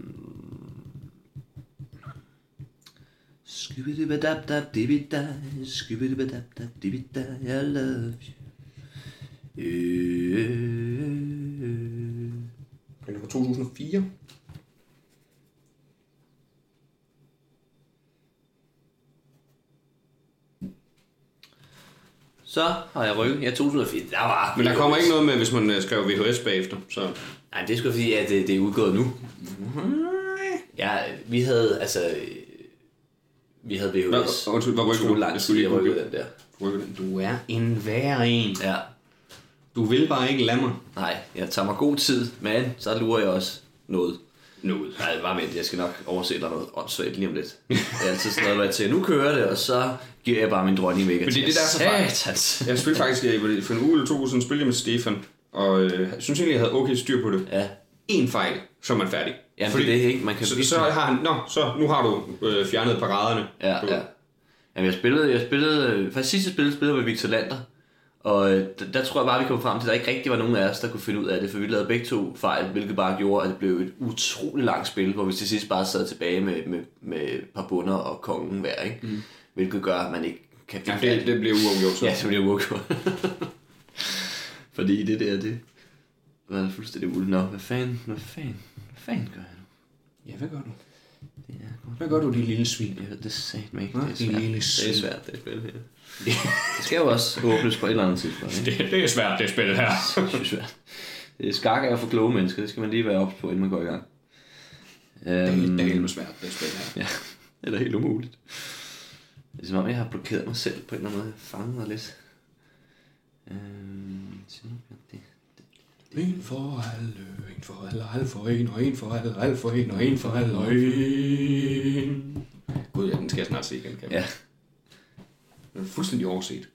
Skibidibadabdabdibida, skibidibadabdabdibida, I love you. Den er fra 2004. Så har jeg rykket. Ja, 2004. Der var... Men der kommer ikke noget med, hvis man skrev VHS bagefter. Så. Nej, det er sgu fordi, at det er udgået nu. Ja, vi havde VHS. Undskyld, hvad rykker du? Jeg skulle lige rykke den der. Du er en værre en. Ja. Du vil bare ikke lade mig. Nej, jeg tager mig god tid, men så lurer jeg også noget. Noget. Nej, bare vent, jeg skal nok overse dig noget åndssvagt lige om lidt. Jeg er altid sådan noget, til nu kører det, og så giver jeg bare min dronning væk. Men det er det, der er så fejl. Jeg spillede faktisk for en uge eller 2 uger siden, spillede jeg med Stefan, og jeg synes egentlig, jeg havde okay styr på det. Ja. En fejl, så er man færdig. Ja, fordi det er ikke, man kan... Så har han, nu har du fjernet paraderne. Ja. Jamen, jeg spillede faktisk sidste spillede med Victor Lander, og der tror jeg bare, vi kom frem til, at der ikke rigtig var nogen af os, der kunne finde ud af det, for vi lavede begge 2 fejl, hvilket bare gjorde, at det blev et utroligt langt spil, hvor vi til sidst bare sad tilbage med et par bunder og kongen hver, ikke? Hvilket gør, at man ikke kan... Ja, det blev uafgjort så. Ja, det blev uafgjort. Fordi det var fuldstændig uligt. Nå, hvad fanden gør jeg nu? Ja, hvad gør du? Det er godt. Hvad gør du, din lille svin? Jeg ved det satme ikke. Det er svært, det spil her. Det skal jo også åbnes på et eller andet tidspunkt. Det er svært, det spil her. Det er svært. Det er skak er for kloge mennesker. Det skal man lige være ops på, inden man går i gang. Det er helt svært, det spil her. Ja, det er da helt umuligt. Det er som om, jeg har blokeret mig selv på en eller anden måde. Fanget mig lidt. En for alle, alle for en, og en for alle for en, og en for alle, og en. Gud, ja, den skal jeg snart se igen, kan Ja. Den er fuldstændig overset.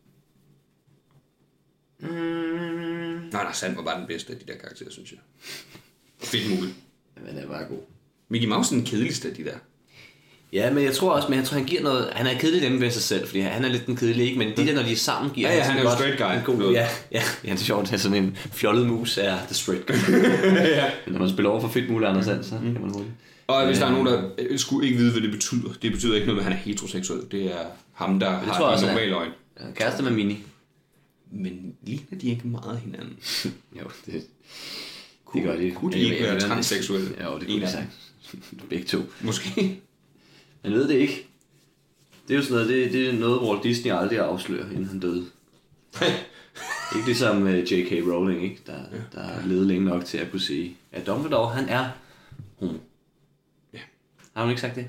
Nej, Sand var bare den bedste af de der karakterer, synes jeg. Fedt muligt. Men det er bare god. Mickey Mouse er den kedeligste af de der. Ja, men jeg tror han giver noget... Han er kedelig dem ved sig selv, fordi han er lidt den kedelige, ikke? Men de der, når de er sammen, giver han er jo straight guy. Ja, det er sjovt. Det er sådan en fjollet mus er the straight guy. Ja. Når man spiller over for fedt muligt Anders Sand, så kan man hurtigt. Og hvis der er nogen, der skulle ikke vide, hvad det betyder. Det betyder ikke noget, at han er heteroseksuel. Det er ham, der har et normalt øje. Kæreste med Mini. Men ligner de ikke meget hinanden? Jo, det gør de. Kunne de ikke være transseksuelle? Ja, det kunne de sagt. Begge to. Måske. Man ved det ikke. Det er jo sådan noget, det er noget, Walt Disney aldrig afslører, inden han døde. Ikke ligesom J.K. Rowling, ikke? Der har levet længe nok til at kunne sige, at Dumbledore, han er homo. Ja. Har hun ikke sagt det?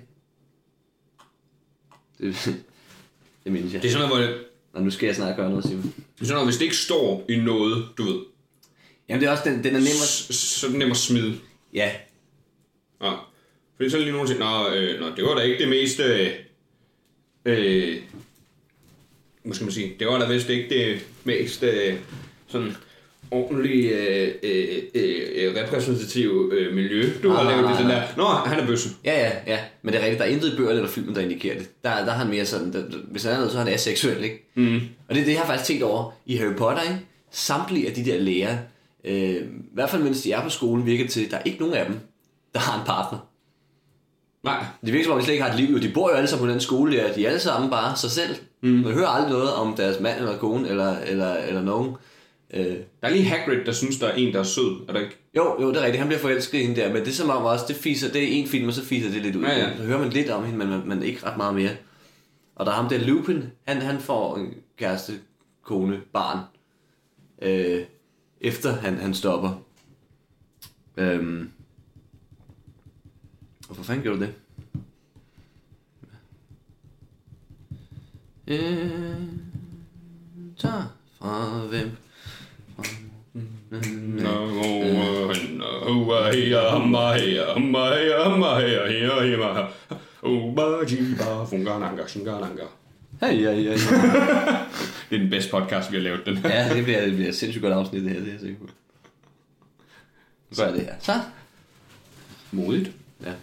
Det mindes jeg. Det er sådan noget, hvor det... Nå, nu skal jeg snart gøre noget, Simon. Det er sådan noget, hvis det ikke står i noget, du ved. Jamen det er også, den er nemmere... Så er den nemmere at smide. Ja. Ja. Fordi så er lige nogen, der siger, nå, det var da ikke det mest... hvad skal man sige? Det var da vist ikke det mest sådan ordentligt repræsentative miljø. Du har lavet det den der. Nå, han er bøsse. Ja. Men det er rigtigt, der er intet i bøgerne eller filmen, der indikerer det. Der er han mere sådan, hvis han er noget, så er han aseksuel, ikke? Mm. Og det er det, jeg har faktisk tænkt over i Harry Potter, ikke? Samtlige af de der lærere, i hvert fald mens de er på skolen, virker til, der er ikke nogen af dem, der har en partner. Nej. Det virker som om, de slet ikke har et liv. De bor jo alle sammen på den skole, der. De er alle sammen bare sig selv. Man hører aldrig noget om deres mand eller kone eller nogen. Der er lige Hagrid, der synes, der er en, der er sød. Er der ikke? Jo, det er rigtigt. Han bliver forelsket i hende der. Men det er som om også, det er en film, og så fiser det lidt ud. Ja. Så hører man lidt om hende, men ikke ret meget mere. Og der er ham der Lupin. Han får en kæreste, kone, barn. Efter han stopper. Hvorfor fanden gjorde du det? Tag fra hvem? Hey. Det er den bedste podcast, vi har lavet den. Ja, det bliver sindssygt godt afsnit det her, det er jeg sikker på. Så er det her. Så. Modigt. Ja.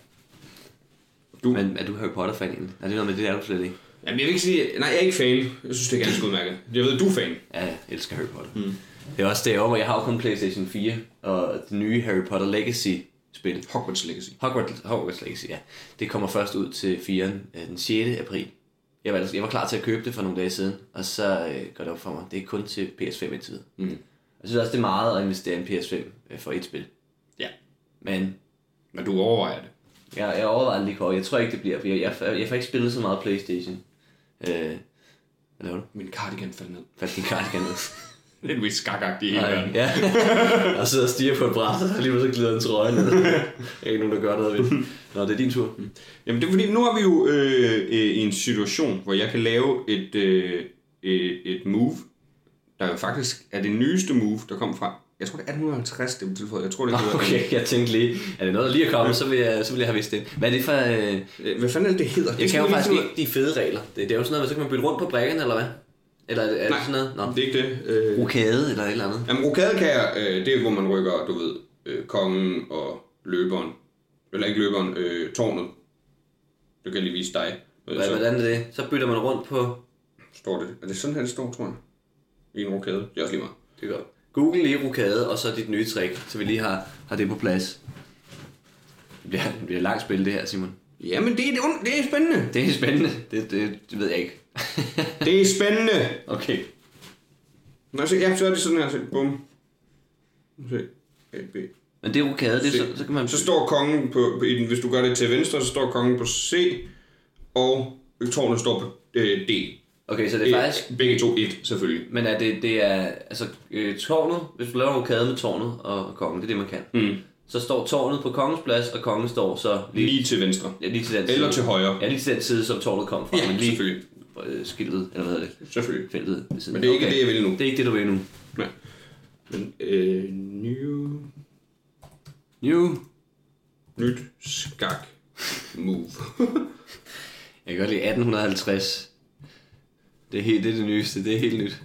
Men er du Harry Potter-fan egentlig? Er det noget med det, er du slet ikke? Jamen jeg vil ikke sige... Nej, jeg er ikke fan. Jeg synes, det er ganske udmærket. Jeg ved, du er fan. Ja, jeg elsker Harry Potter. Mm. Det er også det, jeg har jo kun PlayStation 4, og det nye Harry Potter Legacy-spil. Hogwarts Legacy. Hogwarts Legacy, ja. Det kommer først ud til 4'eren den 6. april. Jeg var klar til at købe det for nogle dage siden, og så går det op for mig. Det er kun til PS5 indtil videre. Mm. Jeg synes også, det er meget at investere i en PS5 for et spil. Ja. Men du overvejer det? Jeg overvejer det lige kort. Jeg tror ikke, det bliver, for jeg får ikke spillet så meget PlayStation. Hvad laver du? Min cardigan faldt ned. Faldt din cardigan ned? Det er den mest skakagtige i hele verden. Ja. Og sidder og stiger på et bræt, og lige så glider en trøje ned. Der er ikke nogen, der gør noget ved det. Nå, det er din tur. Jamen det er fordi, nu er vi jo i en situation, hvor jeg kan lave et move, der jo faktisk er det nyeste move, der kom fra... Jeg tror, det er 1850, det er tilføjet. Jeg tror, det er okay, jeg tænkte lige, er det noget, der lige er kommet, så vil jeg have vidst det. Hvad er det for... Hvad fanden er det hedder? Jeg kan jo faktisk ikke de fede regler. Det er jo sådan noget, så kan man bytte rundt på brækkerne, eller hvad? Eller er det sådan noget? Nå. Det er ikke det. Rokade eller et eller andet? Jamen, rokadekager, det er, hvor man rykker, du ved, kongen og løberen. Eller ikke løberen, tårnet. Det kan jeg lige vise dig. Hvordan er det? Så bytter man rundt på... Står det? Er det sådan her, det står, tror jeg? I en rokade. Det er også lige meget. Det er godt. Google lige rokade, og så dit nye trick, så vi lige har det på plads. Det bliver et langt spil, det her, Simon. Jamen, det er spændende. Det er spændende. Det ved jeg ikke. Det er spændende. Okay. Nå, så er det sådan her. Så, bum. Se. A, B. Men det er rokade, det så kan man... Så står kongen på hvis du gør det til venstre, så står kongen på C, og tårnet står på D. Okay, så det er faktisk... Begge to 1, selvfølgelig. Men er det er... Altså, tårnet, hvis du laver en rokade med tårnet og kongen, det er det, man kan. Mm. Så står tårnet på kongens plads, og kongen står så... Lige til venstre. Ja, lige til den side. Eller til højre. Ja, lige til den side, som tårnet kom fra. Ja, men lige selvfølgelig. Skiltet, eller hvad hedder det? Selvfølgelig. Feltet ved siden. Men det er ikke det, jeg vil nu. Det er ikke det, du vil nu. Nej. Men, Nyt skak move. Jeg kan godt lide 1850. Det er det nyeste, det er helt nyt.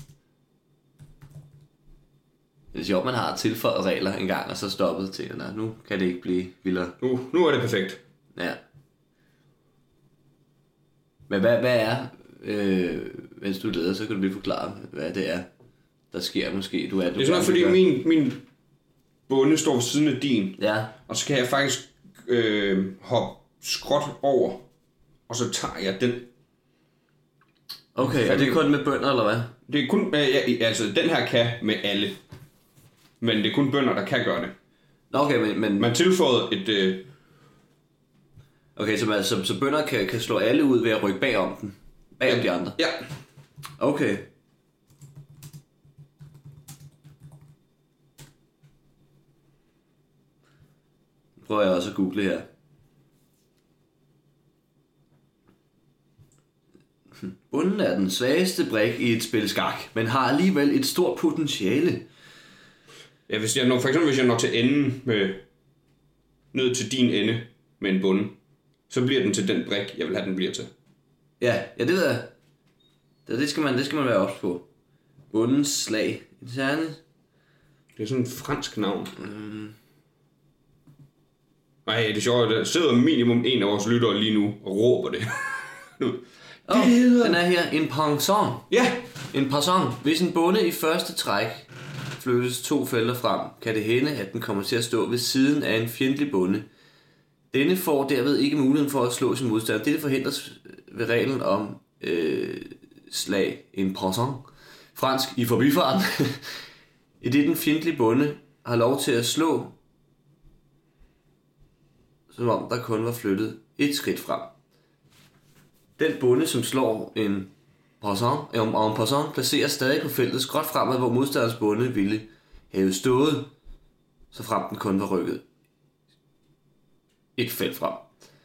Det er sjovt, man har tilføjet regler en gang, og så stoppet til, nu kan det ikke blive vildere. Nu er det perfekt. Ja. Men hvad er, mens du leder, så kan du lige forklare, hvad det er, der sker måske. Det er sådan, fordi min bonde står ved siden af din, og så kan jeg faktisk hoppe skråt over, og så tager jeg den. Okay, er det kun med bønder, eller hvad? Det er kun, altså den her kan med alle, men det er kun bønder, der kan gøre det. Okay, men man tilføjer et... Okay, så bønder kan slå alle ud ved at rykke bagom den. Bagom de andre? Ja. Okay. Nu prøver jeg også at google her. Bonden er den svageste brik i et spil skak, men har alligevel et stort potentiale. Ja, for eksempel hvis jeg når til enden ned til din ende med en bonde, så bliver den til den brik, jeg vil have den bliver til. Ja, det ved jeg. Det skal man være ops på. Bondens slag. Det er sådan et fransk navn. Nej, det er sjovt. Der sidder minimum en af vores lyttere lige nu og råber det. Den er her. En pension. Ja. En pension. Hvis en bonde i første træk flyttes 2 felter frem, kan det hænde, at den kommer til at stå ved siden af en fjendtlig bonde. Denne får derved ikke muligheden for at slå sin modstander. Dette forhindres ved reglen om slag en pension. Fransk i forbifarten. I det den fjendtlige bonde har lov til at slå, som om der kun var flyttet et skridt frem. Den bonde, som slår en pension, placerer stadig på feltet skråt fremad, hvor modstanderens bonde ville have stået, så frem den kun var rykket et felt frem.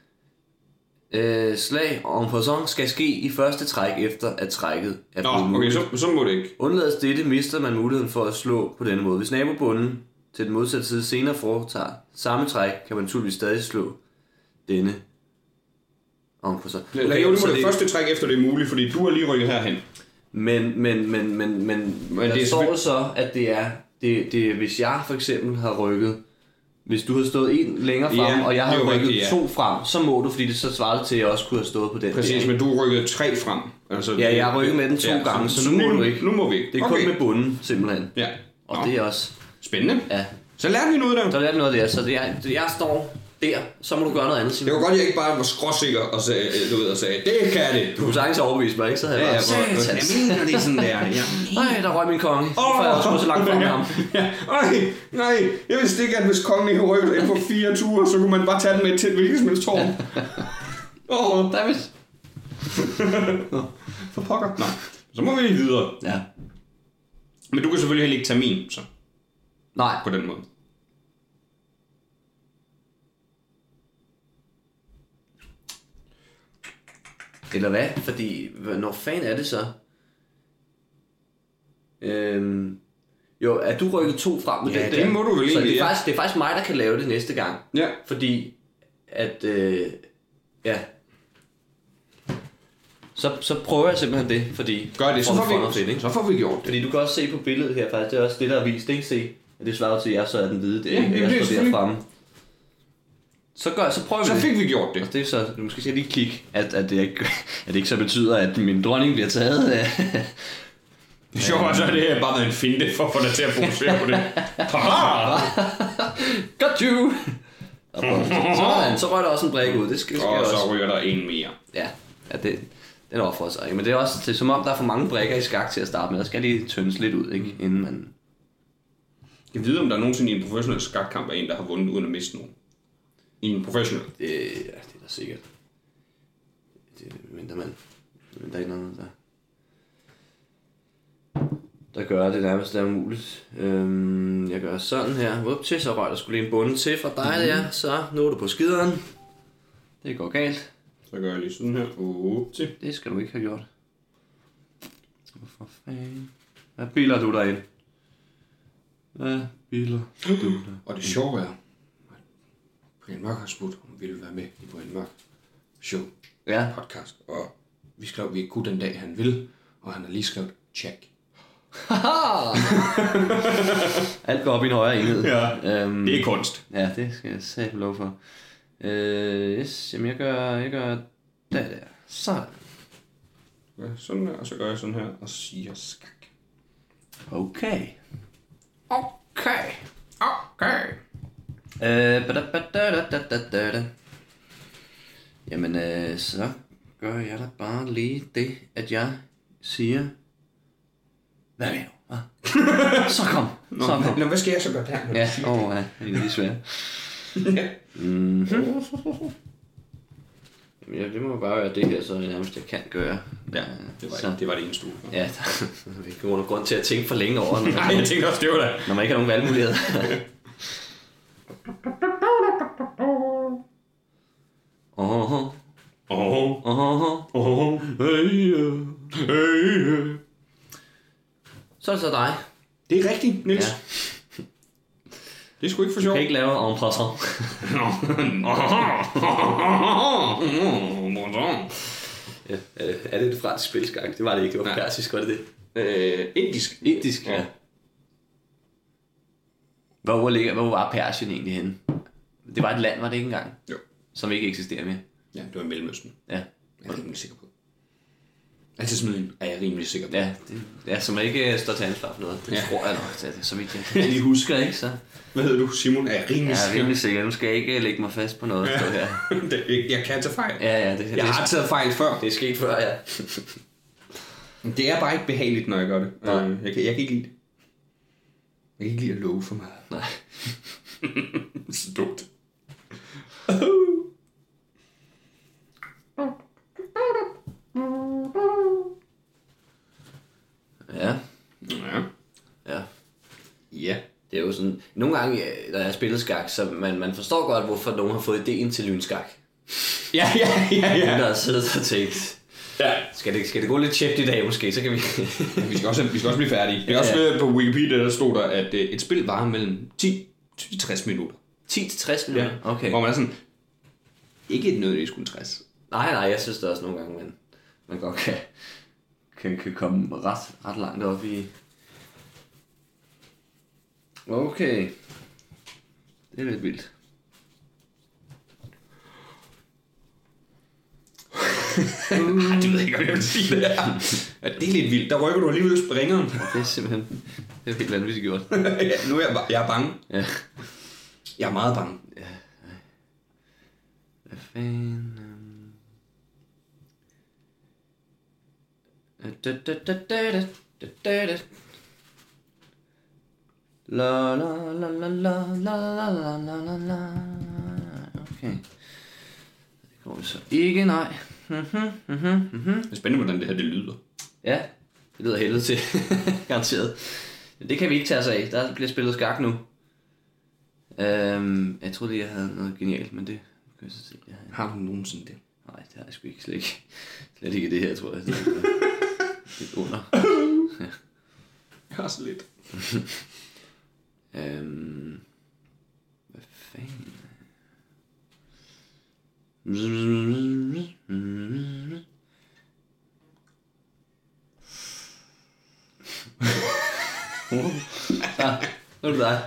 Slag en pension skal ske i første træk efter at trækket er blevet muligt. Okay, så må det ikke. Undlades dette, mister man muligheden for at slå på denne måde. Hvis nabobonden til den modsatte side senere foretager samme træk, kan man naturligvis stadig slå denne en pension. Okay, jo, det må det første træk efter det er muligt, fordi du har lige rykket herhen. Men der står så, at det er, hvis jeg for eksempel har rykket, hvis du har stået en længere frem, og jeg har rykket 2 frem, så må du, fordi det så svarer til, at jeg også kunne have stået på den. Præcis, men du rykkede 3 frem. Altså, ja, jeg har rykket med den 2 gange, så nu må du ikke. Nu må vi ikke. Det er kun med bunden, simpelthen. Ja. Og det er også... Spændende. Ja. Så lærte vi noget der. Så lærte vi noget der, så jeg står der, så må du gøre noget andet, Simon. Det var godt, jeg ikke bare var skråsikker og sagde, det kan det. Du kunne sagtens overbevise mig, ikke? Så havde jeg bare, det er sådan der. Nej, der røg min konge. Hvorfor er jeg også så langt fra med ham? Nej, jeg vidste ikke, at hvis kongen ikke rykket ind på 4 ture, så kunne man bare tage den med til et hvilket som helst tårn. David. For pokker. Nej, så må vi lige videre. Ja. Men du kan selvfølgelig heller ikke tage min, så. Nej. På den måde. Eller hvad? Fordi, når fanden er det så? Jo, er du rykket 2 frem med den der? Ja, det må du vel egentlig, så det er faktisk mig, der kan lave det næste gang. Ja. Fordi, at, Så prøver jeg simpelthen det, fordi... Gør det, så får vi gjort det. Fordi du kan også se på billedet her, faktisk, det er også det, der er vist, ikke? Se, at det svarer til, at jeg så er den hvide, det er ikke, jeg står der fremme. Så prøver vi så det. Så fik vi gjort det. Og det er så, nu skal jeg lige kigge, at det ikke så betyder, at min dronning bliver taget af... Det er sjovt, så er det bare været en finte for at få dig til at fokusere på det. Haha! Got you! Så rører der også en brik ud, det skal og også. Så ryger der en mere. Ja, den offrer sig. Men det er også det er, som om, der er for mange brikker i skak til at starte med. Der skal lige tyndes lidt ud, ikke? Inden man... Jeg ved, om der nogensinde i en professionel skakkamp er en, der har vundet uden at miste nogen. I en professionel? Ja, det er da sikkert. Det mindre man... Men der er ikke noget, der gør det nærmest er umuligt. Jeg gør sådan her. Til, så røg der skulle lige en bunde til fra dig der. Så nu er du på skideren. Det går galt. Så gør jeg lige sådan her. Til. Det skal du ikke have gjort. Hvorfor fanden? Hvad biler du derind? Hvad biler du der? Og det sjove er, at Brian Mørk har spurgt, om vi ville være med i Brian Mørk show podcast. Og vi skrev, at vi ikke kunne den dag, han ville. Og han har lige skrevet, check. Alt går op i en højere enhed. Ja, det er kunst. Ja, det skal jeg sætte lov for. Yes, jamen jeg gør der. Så. sådan her, og så gør jeg sådan her, og siger skak. Okay. Okay. Jamen, så gør jeg da bare lige det, at jeg siger... Hvad vil du? Så kom. Nå, hvad skal jeg så gøre der? Ja, det er lige svært. Ja, det må bare være det her, så nærmest jeg kan gøre. Ja, det var det eneste uge. Ja, der er ikke nogen grund til at tænke for længe over, Nej, jeg tænkte også, det var det. når man ikke har nogen valgmuligheder. Så er det så dig. Det er rigtigt, Niels. Ja. Det er sgu ikke for Du sjovt. kan ikke lave en passant. Ja, er det et fransk spilskak? Det var det ikke, det var persisk, var det det? Indisk. Indisk, ja. Hvor var Persien egentlig henne? Det var et land, var det ikke engang? Jo. Som ikke eksisterer mere. Ja, det var i Mellemøsten. Ja. Jeg er rimelig sikker på. Altid smid ind, er jeg rimelig sikker på. Ja, som ikke står til ansvar for noget. Det tror jeg nok, det er så vidt jeg lige husker, ikke? Så. Hvad hedder du, Simon? Er jeg rimelig sikker? Jeg er rimelig sikker. Nu skal jeg ikke lægge mig fast på noget. Ja. Her. Jeg kan tage fejl. Ja, jeg har taget fejl før. Det er sket før, ja. Det er bare ikke behageligt, når jeg gør det. Jeg kan ikke lide det. Jeg kan ikke lide at love for meget. Nej. Så dumt. Ja. Det er jo sådan... Nogle gange, når jeg spiller skak, så man forstår godt, hvorfor nogen har fået ideen til lynskak. Ja. Der har siddet og tænkt... Ja. Skal det gå lidt tjept i dag måske, så kan vi... vi skal også blive færdige. Jeg har også på Wikipedia, der stod der, at et spil varer mellem 10-60 minutter. 10-60 minutter? Ja. Okay. Hvor man er sådan... Ikke et nødvendigt kun 60. Nej, jeg synes det også nogle gange, man godt kan komme ret langt op i... Okay. Det er lidt vildt. Det ved jeg ikke, om jeg vil sige det her. Ja, det er lidt vildt. Der rykker du alligevel springeren. Det er simpelthen... Det er helt vanvittigt gjort. Ja, nu er jeg bange. Ja. Jeg er meget bange. Ja. Hvad fanden... La la la la la la la la la. Okay. Det går vi så ikke, nej. Det er spændende, hvordan det her det lyder. Ja, det lyder helvede til. Garanteret. Men det kan vi ikke tage os af. Der bliver spillet skak nu. Jeg troede lige, jeg havde noget genialt, men det kan jeg så se. Har du nogensinde det? Nej, det har jeg sgu ikke. Slet ikke det her, tror jeg. Det er lidt under. Ja. Jeg har så lidt. Hvad fanden? Nu er det dig.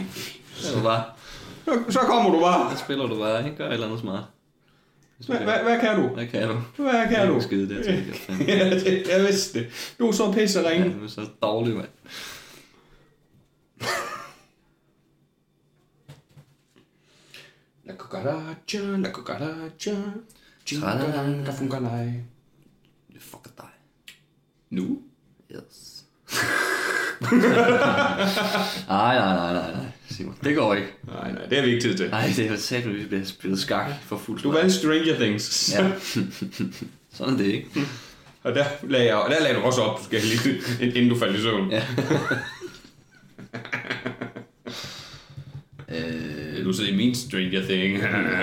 Så kommer du bare. Så spiller du bare, ikke? Gør et eller andet smart. Hvad kan du? Hvad kan du? Hvad kan du? Skide det, jeg vidste det. Du er så pisseringe. Ja, du er så dårlig, mand. La cucaracha. Der fungerer nej. Det fucker dig. Nu? Yes. Nej. Simon, det går ikke. Nej, det er vi ikke tid til. Nej, det er jo sat, at vi bliver spillet skak for fuldt. Du valgte Stranger Things. Ja. Sådan er det, ikke? Og der lagde du også op, skal jeg lige, inden du faldt i søvn. Ja. Du sidder i min Stranger Thing.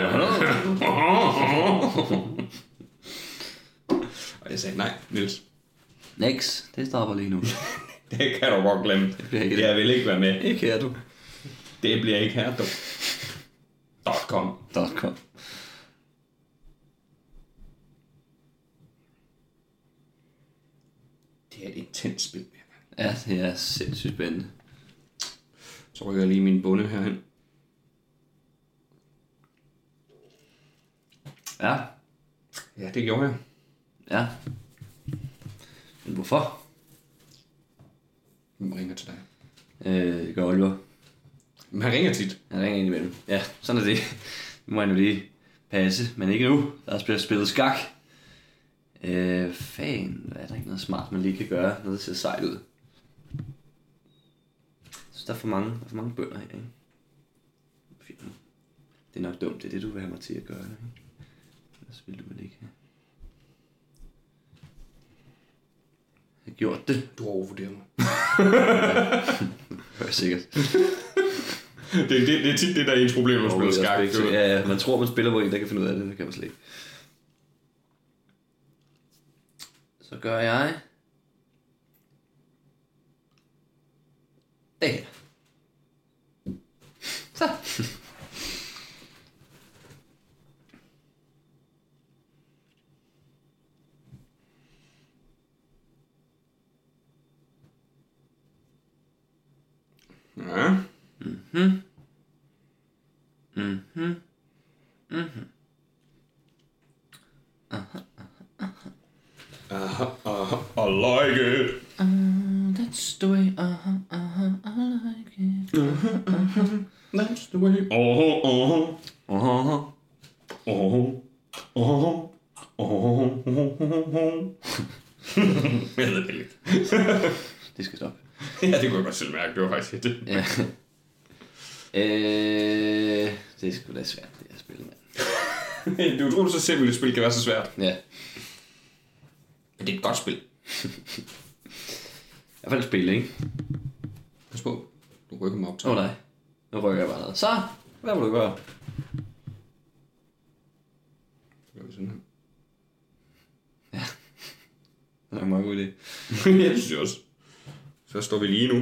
Og jeg sagde, nej, Niels. Next, det stopper lige nu. Det kan du godt glemme. Jeg vil ikke være med. Ikke her, du. Det bliver ikke her, du. .com. Det er et intens spil. Ja, det er sindssygt spændende. Så rykker jeg lige min bunde herhen. Ja. Ja, det gjorde jeg. Ja. Men hvorfor? Hvem ringer til dig? Det gør Oliver. Men han ringer tit. Han ringer ind imellem. Ja, sådan er det. Nu må jeg nu lige passe, men ikke nu. Der er spillet skak. Fan, er der ikke noget smart, man lige kan gøre? Noget, der ser sejt ud. Så der er for mange bønder her, ikke? Fint. Det er nok dumt, det er det, du vil have mig til at gøre, ikke? Ellers vil du vel ikke have gjort det. Du overvurderer mig. Det er sikkert. Det er tit det, der er ens problem med at spille skak. Ja, man tror, man spiller på en, der kan finde ud af det. Det kan man slet ikke. Så gør jeg det her. Så. Ja. I like it. That's the way, I like it. That's the way. Jeg ved det ikke. Det skal stoppe. Ja, det kunne jeg godt selv mærke. Det var faktisk det. Ja. Det er sgu da svært, det her spil, mand. Det er utroligt så simpelt, et spil kan være så svært. Ja. Men det er et godt spil. I hvert fald et spil, ikke? Pas på. Du rykker mig op til. Nej. Nu rykker jeg bare noget. Så, hvad vil du gøre? Så gør vi sådan her. Ja. Det er en meget god idé. Ja, det synes jeg også. Så står vi lige nu.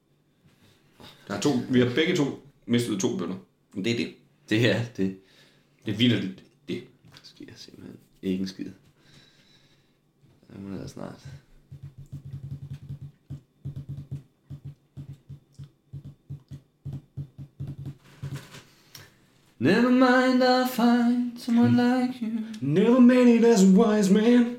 Vi har begge to mistet 2 bønder. Men det er det. Det her, det Det er vildt det. sker simpelthen ikke en skid. Det må da snart. Never mind, I'll find someone like you. Never made it as a wise man.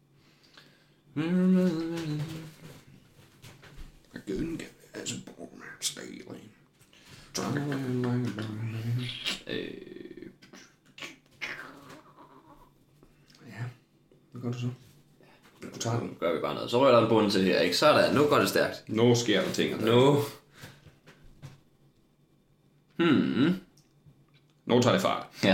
I couldn't get as a poor man stealing. Traveling like a man. Ja, hvad gør du så? Du tager den. Nu gør vi bare noget. Så rører der en bund til her, ikke? Sådan, nu går det stærkt. Nu sker der ting. Nu. Nu tager det fart. Ja.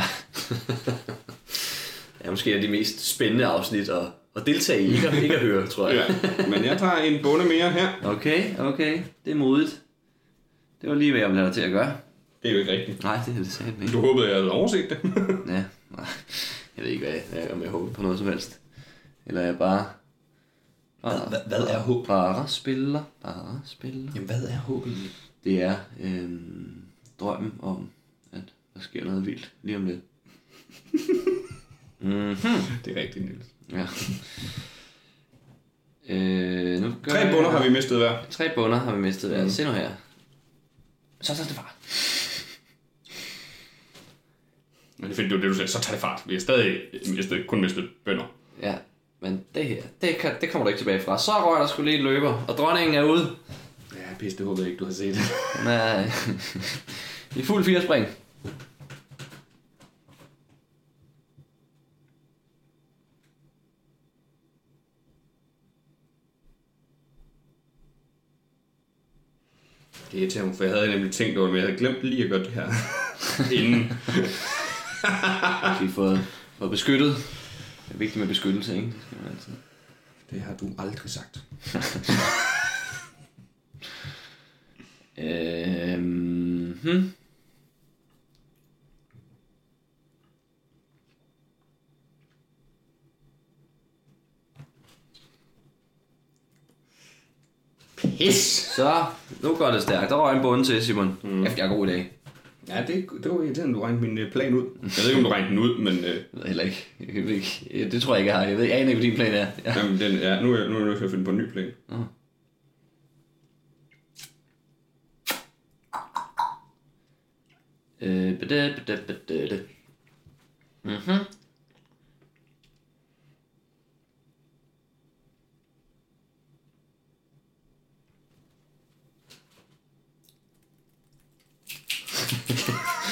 Ja, måske er de mest spændende afsnit at deltage i, ikke at høre, tror jeg. Ja, men jeg tager en bonde mere her. Okay. Det er modigt. Det var lige, hvad jeg ville have dig til at gøre. Det er jo ikke rigtigt. Nej, det er det sagde ikke. Du håbede, jeg havde overset det. Ja, nej. Jeg ved ikke, om jeg håber på noget som helst. Eller jeg bare... Hvad er håb? Bare spiller. Jamen, hvad er håb egentlig? Det er drømmen om, at der sker noget vildt lige om lidt. Det er rigtigt, Niels. Ja. Nu 3 bunder har vi mistet hver. 3 bunder har vi mistet hver. Se nu her. Så tager det fart. Men det er det, du sagde. Så tager det fart. Vi har stadig kun mistet bønder. Ja, men det her, det kommer du ikke tilbage fra. Så rører der sgu lige en løber, og dronningen er ude. Ja, pis, det håber jeg ikke, du har set. Nej. I fuld 4 spring. Det irriterer mig, for jeg havde nemlig tænkt over, men jeg havde glemt lige at gøre det her inden. Vi har fået beskyttet. Det er vigtigt med beskyttelse, ikke? Det skal man altid. Det har du aldrig sagt. Pis! Så, nu går det stærkt. Der røg en bunde til, Simon. Efter jeg er god i dag. Ja, det var irriterende, du regnede min plan ud. Jeg ved ikke, om du regnede den ud, men... Jeg ved heller ikke. Jeg ved ikke. Det tror jeg ikke, jeg har. Jeg aner ikke, hvad din plan er. Ja. Jamen, nu er jeg nødt til at finde på en ny plan.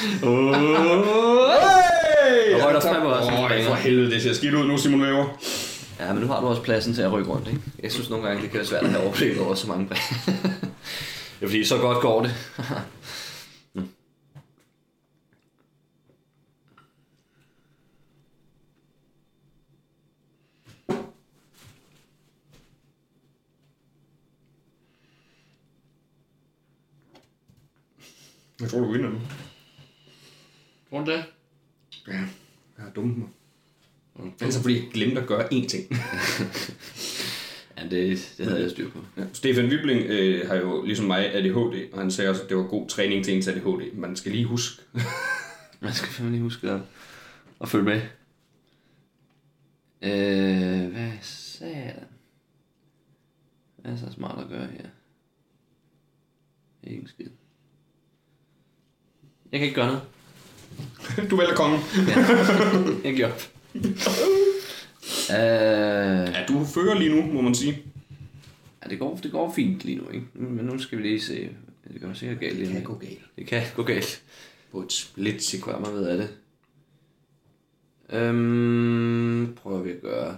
Og røg der frem også. For helvede, det ser skidt ud nu, Simon Væver. Ja, men nu har du også pladsen til at rykke rundt, ikke? Jeg synes nogle gange, det kan være svært at have overblik over så mange. Det er fordi, så godt går det. Jeg tror, du vinder nu. Tror du det? Ja, jeg har dummet mig. Altså fordi jeg glemte at gøre én ting. Ja, det havde jeg styr på. Ja. Stefan Wibling har jo ligesom mig ADHD, og han sagde også, at det var god træning til ens ADHD. Man skal lige huske. Man skal fandme lige huske at følge med. Hvad sagde jeg da? Hvad er så smart at gøre her? Ikke en skid. Jeg kan ikke gøre noget. Du vælger kongen. Ja, jeg giver op. Ja, du fører lige nu, må man sige. Ja, det går fint lige nu, ikke? Men nu skal vi lige se. Det går sikkert galt. Det kan gå galt. Det kan gå galt. På et split sekund. Man ved af det. Prøver vi at gøre.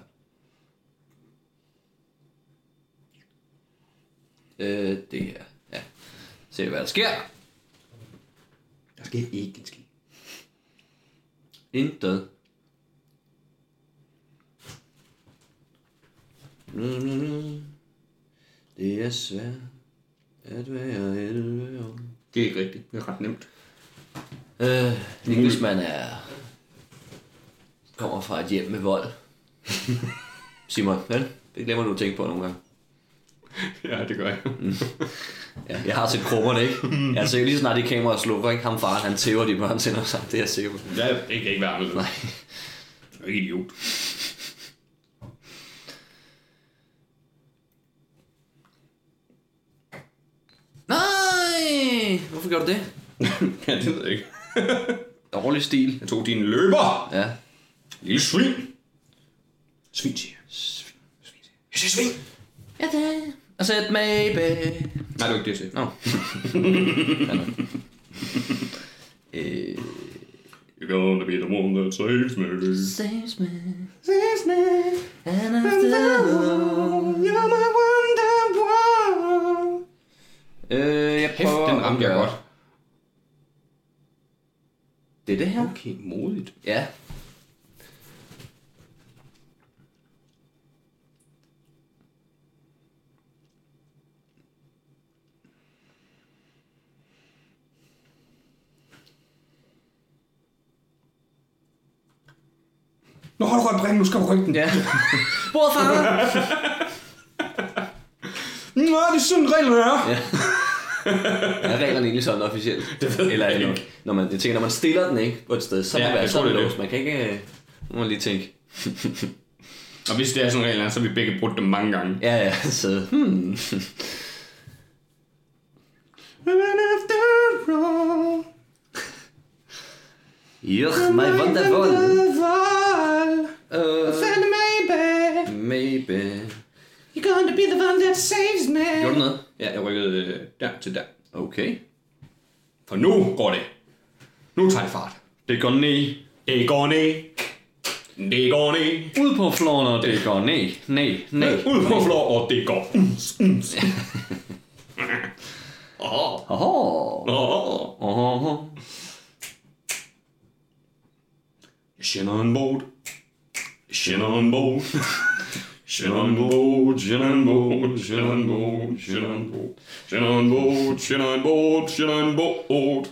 Det her. Ja. Se hvad der sker. Der sker ikke en skid. Intet. Det er svært at være 11 år. Det er ikke rigtigt. Det er ret nemt. Hvis man kommer fra et hjem med vold. Simon, vel? Det glemmer du at tænke på nogle gange. Ja, det gør jeg. Ja, jeg har set krummerne, ikke? Altså lige snart de kameraer slukker, ikke? Ham faren, han tæver de børn til noget sammen, det er jeg sikker på. Ja, det kan ikke være anderledes. Nej. Jeg er ikke idiot. Nej! Hvorfor gjorde du det? Ja, det ved jeg ikke. Dårlig stil. Jeg tog din løber. Ja. Lille svin. Svin, siger jeg. Svin. Jeg siger svin. Ja, det. I said maybe. Nej, det er ikke det, jeg siger. Nå. You're gonna be the one that saves me. Saves me. Saves me. And after all, You're my wonder one. Jeg prøver den ramte jeg godt. Det er det her? Okay, modigt. Ja. Nå, har du rødt brænden, nu skal du rykke den. Ja. Hvor far? Nå, det er sådan reglerne er. Ja. Er reglerne egentlig sådan officielt? Det ved eller jeg ikke. ikke. Når man, jeg tænker, når man stiller den ikke på et sted, så må Ja, det være jeg tror, sådan det er låst. Man kan ikke... Nu må man lige tænke. Og hvis det er sådan reglerne, så har vi begge brudt dem mange gange. Ja, så... You're my wonderful. Maybe. You're gonna be the one that saves me. Gjorde du noget? Ja, jeg rykkede der til der. Okay. For nu går det. Nu tager det fart. Det går ned. Det går ned. Det går ned. Ud på floren, og det går ned. Ned. Ud på floor, og det går. Shin on board. Shin on board. Shin on board. Shin on board. Shin on board. Shin on board. Shin on board. Shin on board. Shin on board.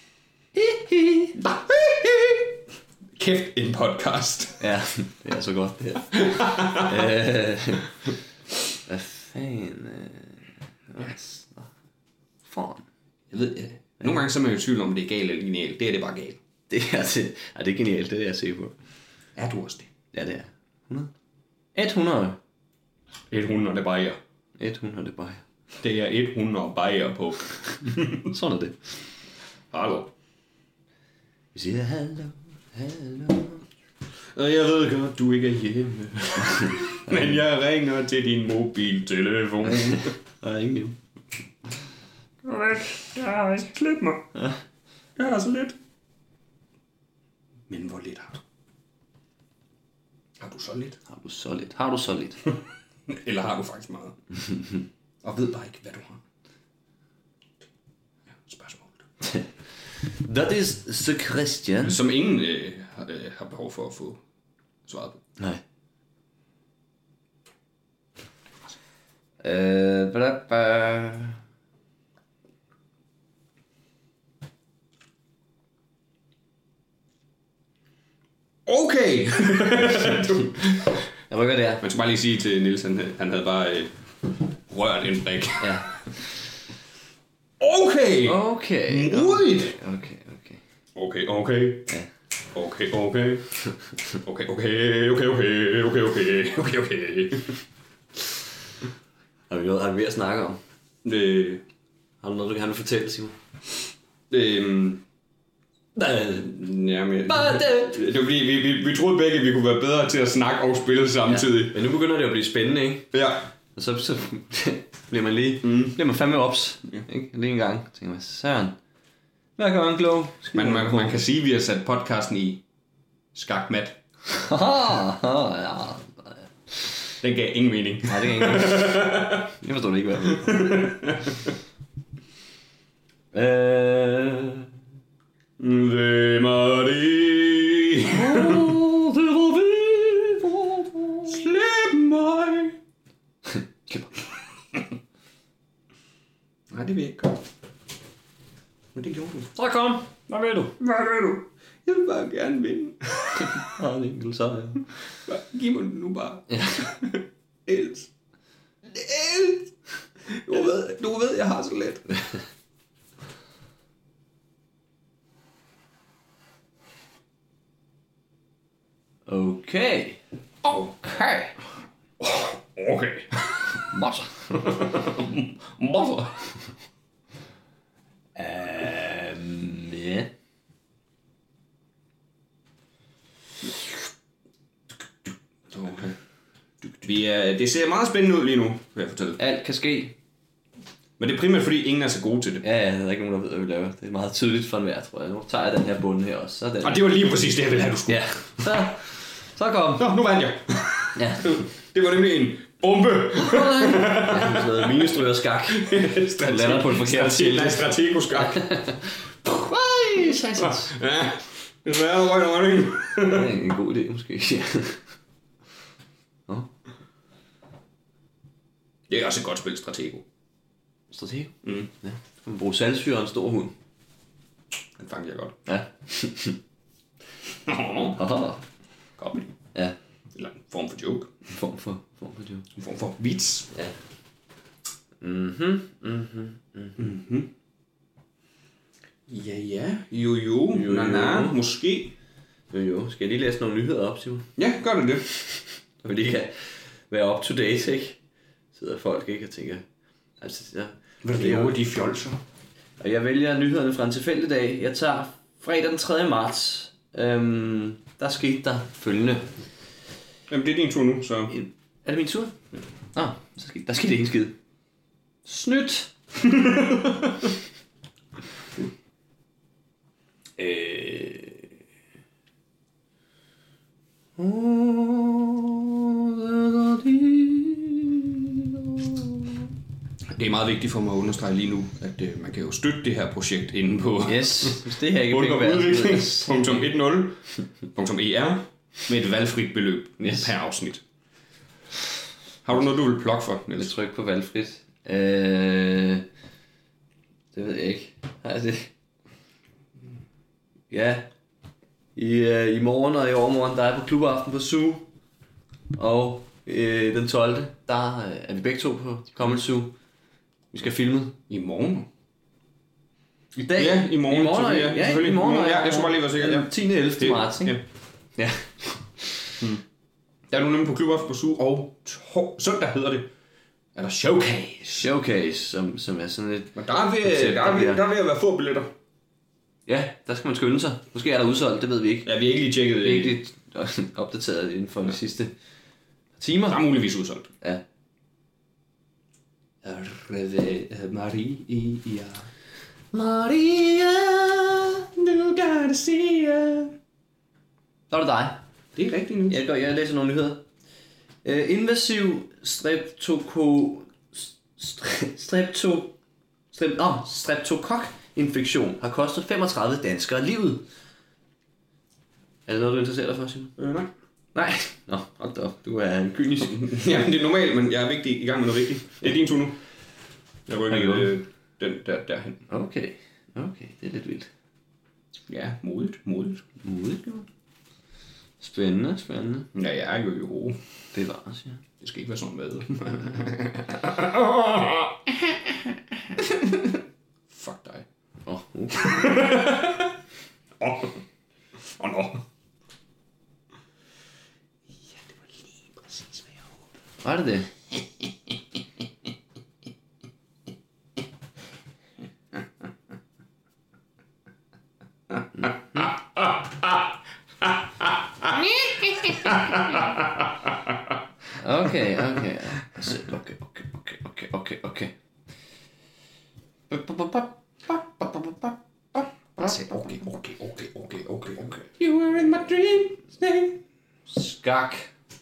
Kæft en podcast. Ja, det er så godt det her. Hvad fanden? Foran. Jeg ved det. Nogle gange så er man jo i tvivl om, det er galt eller genialt. Det er det bare galt. Det er genialt, det er jeg sikker på. Er du også det? Ja, det er. 100? 100. 100 det bajer. 100, det bare. Det er 100 bajer på. Sådan er det. Hallo. Vi siger hallo. Og jeg ved godt, du ikke er hjemme. Men jeg ringer til din mobiltelefon. Der er ingen hjemme. Jeg har ikke slet mig. Jeg har så lidt. Men hvor lidt har du? Har du så lidt? Har du så lidt? Eller har du faktisk meget? Og ved bare ikke, hvad du har. Ja, spørgsmålet. That is the question. Som ingen har behov for at få svaret på. Nej. Okay! Jeg rykker der. Man skal bare lige sige til Niels, han havde bare rørt en brik. Ja. Okay! Modigt! Okay. Ja. Ja. Okay. Har vi mere at snakke om? Har du noget, du gerne vil fortælle, Simon? Jamen, det var fordi, vi troede begge, at vi kunne være bedre til at snakke og spille samtidig. Ja. Men nu begynder det at blive spændende, ikke? Ja. Og så bliver man lige bliver man fandme ops, ikke? Lige en gang. Tænker man, Søren, hvad kan man klog? Man kan sige, at vi har sat podcasten i skakmat. Ja. Den gav ingen mening. Nej, det kan ikke. Jeg forstår det ikke, hvad Hvem er det? Slip mig. Nej, det vil jeg ikke gøre. Men det gjorde du. Så kom. Hvad vil du? Jeg vil bare gerne vinde. En enkelt sejr. Giv mig den nu bare. Ja. Els. Du ved, jeg har så let. Okay. Mosser. Ja. Okay. Det ser meget spændende ud lige nu, vil jeg fortælle. Alt kan ske. Men det er primært, fordi ingen er så gode til det. Ja, der er ikke nogen, der ved, hvad vi laver. Det er meget tydeligt for enhver, tror jeg. Nu tager jeg den her bunde her også. Sådan. Og det var lige præcis det, jeg ville have, du skulle. Ja, så kom. Nå, nu vandt jeg. Ja. Det var nemlig en bombe. Ja, sådan noget minestryger-skak. Du lander på et forkert til. Nej, strategoskak. Ej, satans. Ja, det er der røg over det. Det er en god idé, måske. Ja. Det er også et godt spil, Stratego. Stratego? Ja. Skal man bruge salgsyre og en stor hund? Den fangede jeg godt. Ja. Comedy. Ja. Eller en form for joke. En form for joke. En form for vits. Ja. Ja. Jo. Na, måske. Jo. Skal jeg lige læse nogle nyheder op, Simon? Ja, gør det. Så vi lige kan være up to date, ikke? Sidder folk ikke og tænker... Altså, ja. Hvad er jo de fjolser? Og jeg vælger nyhederne fra en tilfældig dag. Jeg tager fredag den 3. marts. Der skete der følgende. Jamen, det er din tur nu, så... Er det min tur? Ja. Der skete ikke en skid. Snydt! Det er meget vigtigt for mig at understrege lige nu, at man kan jo støtte det her projekt inde på Yes, hvis det her ikke er penge værd. udvikling.10.er med et valgfrit beløb per afsnit. Har du noget, du vil plukke for, Niels? Jeg trykker på valgfrit. Det ved jeg ikke. Det... Ja. I morgen og i overmorgen, der er på klubaften på Zoo. Og den 12. der er vi begge to på Comedy Zoo. Vi skal filme. I morgen? I dag? Ja, i morgen. I morgen, ja, i morgen. Ja, jeg skulle bare lige være sikker. Ja. 10. 11. marts, ikke? Ja. Der er nu nemlig på klubaften på Zoo, og søndag hedder det. Er der Showcase, som er sådan et... Men der er ved at være få billetter. Ja, der skal man skynde sig. Måske er der udsolgt, det ved vi ikke. Ja, vi har ikke lige tjekket det. Vi har ikke lige opdateret inden for de sidste timer. Der er muligvis udsolgt. Ja. Maria. Maria, du gotta see her. Så er det dig. Det er rigtigt nu. Jeg læser nogle nyheder. Invasiv streptokok-infektion har kostet 35 danskere livet. Er det noget, du interesserer dig for, Simon? Nej. Nej. Nå, hold da op. Du er en kynisk. Jamen, det er normalt, men jeg er i gang med noget vigtigt. Det er din tur nu. Jeg rykker den derhen. Okay, det er lidt vildt. Ja, modigt, jo. Spændende. Ja, jeg er jo. Det var også, ja. Det skal ikke være sådan med. Fuck dig. Okay. Nå. Ja, det var lige præcis, hvad jeg håbede. Var det det? Okay. Okay. Okay. You were in my dreams. Skak.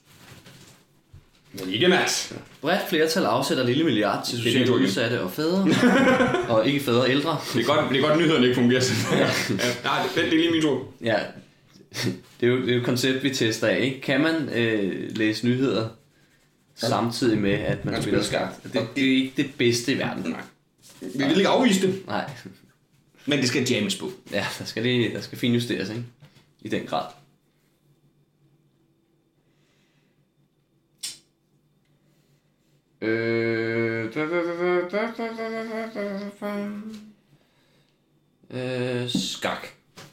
Men ikke Mads. Bredt flertal afsætter lille milliard til socialt udsatte og fædre. Og ikke fædre, ældre. Det er godt nyhederne ikke fungerer sådan. Nej, det er lige min tur. Ja, det er jo et koncept, vi tester af, ikke? Kan man læse nyheder samtidig med, at man spiller skak? Det er ikke det bedste i verden. Nej. Vi vil ikke afvise det. Nej. Men det skal jammes på. Ja, der skal finjusteres, ikke? I den grad. Skak.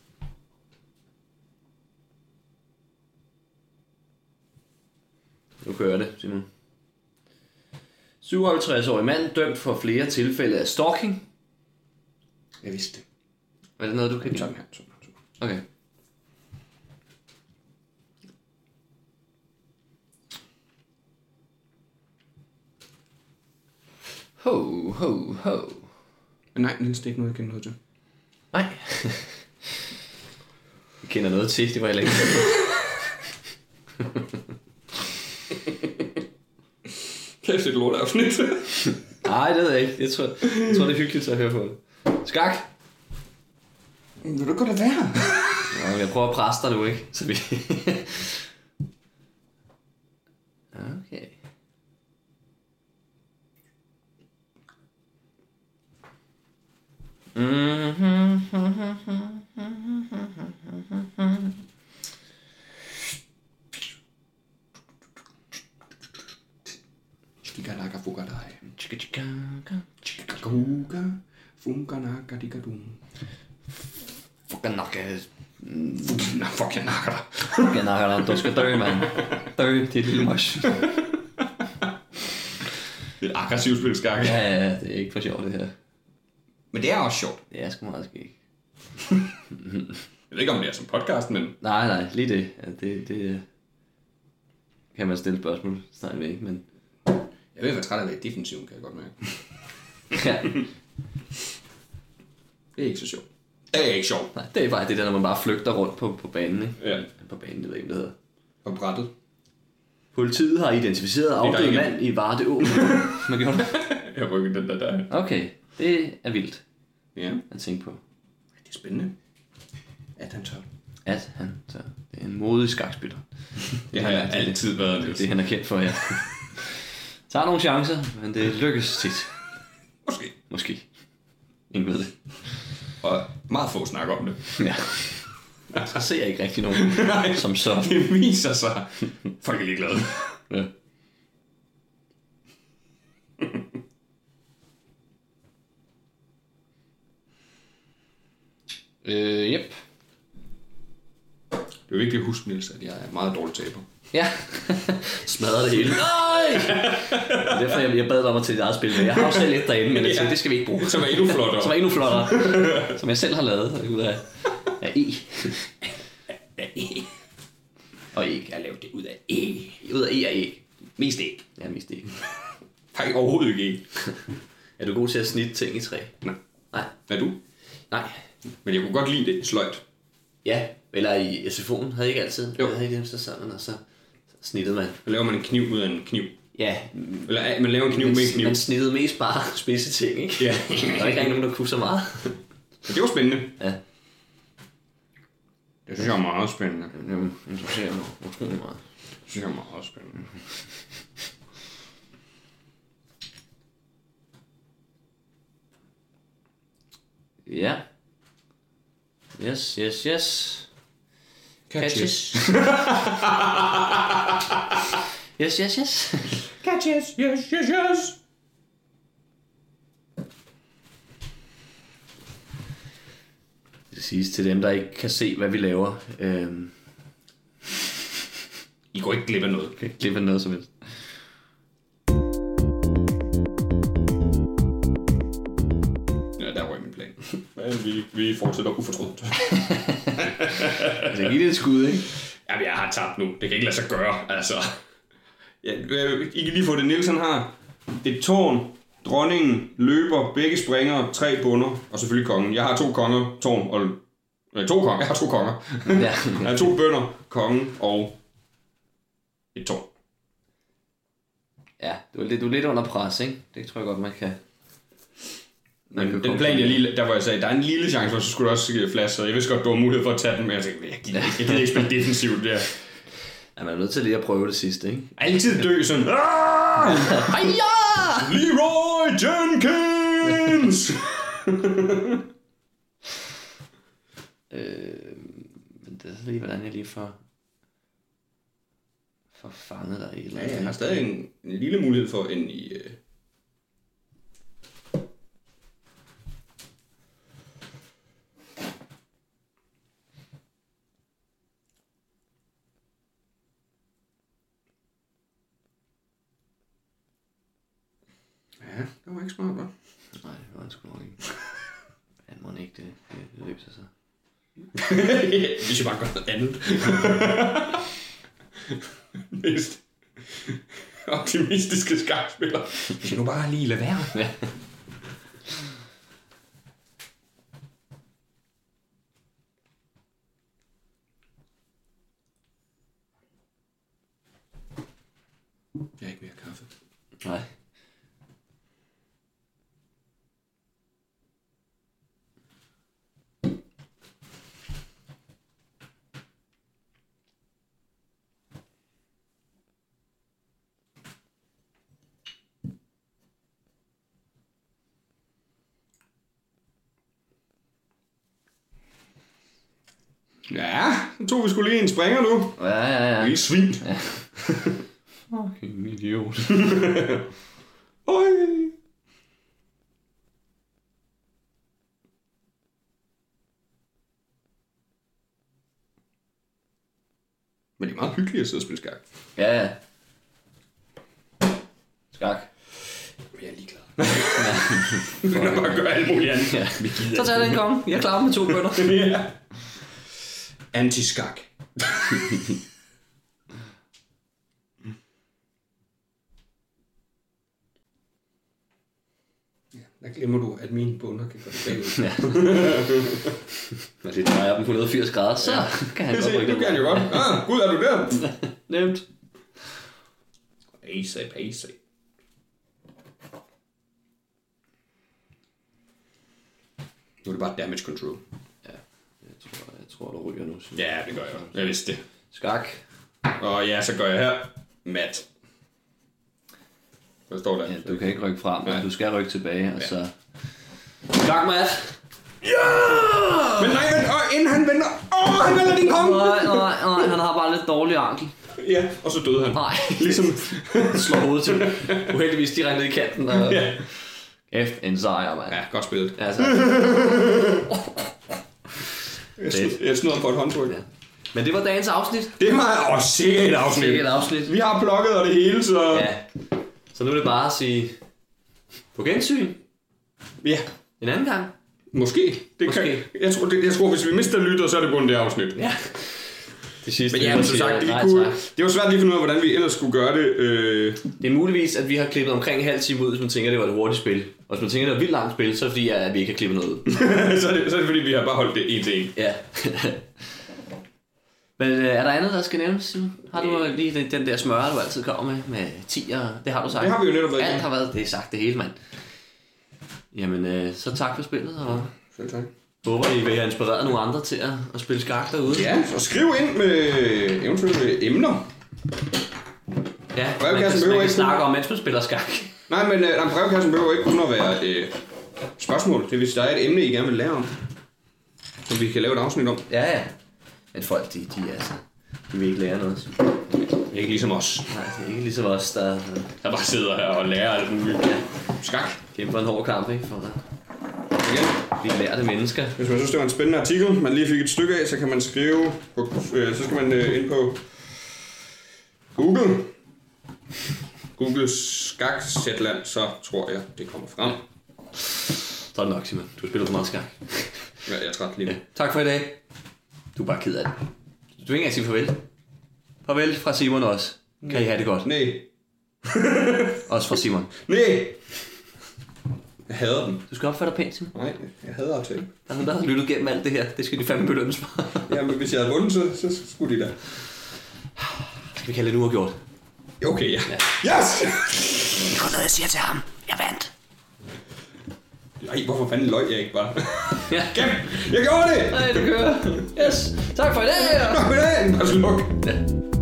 Nu kører det, Simon. 57-årig mand dømt for flere tilfælde af stalking. Jeg vidste det. Er det noget, du kan lide? Sådan her. Okay. Ho. Men nej, Niels, det er ikke noget, jeg kender noget til. Nej. Jeg kender noget til, det var heller ikke. Kæft, det er lort afsnit. Nej, det ved jeg ikke. Jeg tror, det er hyggeligt at høre på det. Skak! Vil du godt lade være? Nå, jeg prøver at presse dig nu, ikke? Så vi... Okay. Chikalaka fugadai. Chika. Chikakuga. Funkanaka dikadum. Fukanaka. Fuck, jeg nakker dig. Fukanaka, du skal dø, mand. Dø, dit lille møs. Det er et aggressivt spil skak. Ja, det er ikke for sjovt, det her. Men det er også sjovt. Det er sgu meget skægt. Jeg ved ikke, om det er som podcast, men... Nej, lige det. Ja, det kan man stille spørgsmål snart ved, ikke? Men... Jeg ved, hvad træt af at være i defensiven, kan jeg godt mærke. Ja. Det er ikke så sjovt. Det er ikke sjovt. Nej, det er bare det der, når man bare flygter rundt på banen, ikke? Ja. På banen, det ved jeg ikke, hvad det hedder. På brættet. Politiet har identificeret afdøde mand i Varde Å. Man gjorde det. Jeg rykker den der. Okay, det er vildt. Ja. At tænke på. Det er spændende. At han tør. Så det er en modig skakspiller. Det har jeg altid været, Niels. Det han er kendt for, ja. Tager nogle chancer, men det lykkes tit. Måske. Ingen ved det. Og meget få snakker om det. Ja. Så ser jeg ikke rigtig nogen. Nej, som så. Det viser sig. Folk er ligeglade. Ja. Yep. Det er vigtigt at huske, Niels, at jeg er meget dårlig taber. Ja. Smadrer det hele. Nej! Derfor jeg bad dig om til dit eget spil. Jeg har jo selv lidt derinde, men ja. Det skal vi ikke bruge. Som er endnu flottere. Som jeg selv har lavet ud af E. Og æg. Jeg lavede det ud af æg. Ud af E og æg. Mest æg. Ja, mest æg. Faktisk overhovedet ikke æg. Er du god til at snitte ting i træ? Nej. Nej. Er du? Nej. Men jeg kunne godt lide det sløjt. Ja, eller i SFO'en havde I ikke altid. Jo. Havde I dem så sammen, og så snittede man. Så laver man en kniv ud af en kniv. Ja. Eller man laver en kniv med en kniv. Man snittede mest bare spidse ting, ikke? Ja. Der var ikke nogen, der kunne så meget. Så det var spændende. Ja. Det synes jeg er meget spændende. Det interesserer mig utrolig meget. Det synes jeg er meget spændende. Ja. Yes. Catches. Yes. Catches. Yes. Det siges til dem, der ikke kan se, hvad vi laver. I går ikke glip af noget. Kan ikke glip af noget som helst. Ja, der var min plan. Men vi fortsætter ufortrødent. Altså, giv det et skud, ikke? Jamen, jeg har tabt nu. Det kan ikke lade sig gøre, altså. Ja, I kan lige få det, Nielsen har. Et tårn, dronningen, løber, begge springer, 3 bunder, og selvfølgelig kongen. Jeg har 2 konger, tårn og... Nej, 2 konger. Jeg har 2 konger. Ja. Jeg har 2 bønder, kongen og et tårn. Ja, du er lidt under pres, ikke? Det tror jeg godt, man kan... Men den plan, der hvor jeg sagde, der er en lille chance, for så skulle du også flaske. Jeg vidste godt, du har mulighed for at tage den, men jeg tænkte, jeg gider ikke spille defensivt der. Ja, man er nødt til lige at prøve det sidste, ikke? Altid dø sådan. Leroy Jenkins! Men det er så lige, hvordan jeg lige får fanget dig i eller Ja, jeg har stadig en lille mulighed for en i... Ja, det var ikke smart, hva'? Nej, det var sgu nok ikke. Ja, må ikke det løser sig. Hvis jeg bare gør noget andet. Mest optimistiske skakspiller. Hvis jeg nu bare lige lade være. Ja. Jeg har ikke mere kaffe. Nej. Ja, så tog vi sgu lige en springer nu. Ja. Lille svin. Ja. Fucking idiot. Oj. Men det er meget hyggeligt at sidde og spille skak. Ja. Skak. Jeg er ligeglad. Du kan bare gøre alt muligt andet. Ja. Så tager den konge. Jeg klarer med 2 bønder. Ja. Anti-skak. Ja, der glemmer du, at mine bunder kan gå bagud. Ja. Når de drejer dem 180 grader, så kan han godt rykke det. Du kan jo godt. Gud, er du der? Nemt. Pace. Nu er det bare damage control. Ja, jeg tror du ryger nu. Ja, det gør jeg. Jeg vidste det. Skak. Og ja, så gør jeg her. Mat. Hvad står der? Ja, du kan ikke rykke frem, men du skal rykke tilbage, og ja. så... Skak, Matt! Ja! Men nej, inden han vender... han vender din konge! Nej, han har bare lidt dårlig ankel. Ja, og så døde han. Nej. Ligesom... Slår hovedet til. Uheldigvis direkte ned i kanten. Og... Ja. Efter en sejr, mand. Ja, godt spillet. Ja, så... Jeg snyder på et håndtryk. Ja. Men det var dagens afsnit. Det var sikkert et afsnit. Sikkert et afsnit. Vi har plukket og det hele, så... Ja. Så nu er det bare at sige... På gensyn. Ja. En anden gang. Måske. Måske. Jeg tror, hvis vi mister lytter, så er det kun det afsnit. Ja. Det sidste. Men ja, som sagt, det var svært lige at finde ud af, hvordan vi ellers skulle gøre det. Det er muligvis, at vi har klippet omkring en halv time ud, hvis man tænker, det var et hurtigt spil. Og hvis man tænker, det var et vildt langt spil, så er det fordi, at vi ikke har klippet noget ud. så er det fordi, vi har bare holdt det en til en. Ja. Men er der andet, der skal nævnes, Simon? Har du lige den der smøre, du altid kommer med 10'er? Det har du sagt. Det har vi jo netop været. Alt har været, det er sagt det hele, mand. Jamen, så tak for spillet, og selv tak. Håber, I vil have inspireret nogle andre til at spille skak derude. Ja, så skriv ind med eventuelle emner. Ja, man kan snakke om, mens man spiller skak. Nej, men brevkassen behøver ikke kun at være spørgsmål. Det er, hvis der er et emne, I gerne vil lære om, som vi kan lave et afsnit om. Ja. Men folk, de vil ikke lære noget. Ikke ligesom os. Nej, det er ikke ligesom os, der bare sidder her og lærer alt muligt. Ja. Skak. Kæmper en hård kamp, ikke? For igen. Vi lærte mennesker. Hvis man synes, det var en spændende artikel, man lige fik et stykke af, så kan man skrive på, så skal man ind på Google Skak Zetland, så tror jeg, det kommer frem. Så er det nok, Simon. Du spiller for meget skak. Ja, jeg er træt lige nu. Ja. Tak for i dag. Du er bare ked af det. Du vil ikke engang sige farvel. Farvel fra Simon også. Kan I have det godt? Nej. Også fra Simon. Nej. Jeg hader den. Du skal opføre dig pænt, Simon. Nej, jeg hader at tale. Der er nogen, der har lyttet gennem alt det her. Det skal de fandme belønnes for. Ja, men hvis jeg havde vundet, så skulle de da. Skal vi kalde det uafgjort? Okay, ja. Yes! Det er kun noget, jeg siger til ham. Jeg vandt. Nej, hvorfor fanden løg jeg ikke bare? Ja. Gennem! Jeg gjorde det! Nej, du kører. Yes. Tak for i dag. Tak for i dag! Bare sluk. Ja.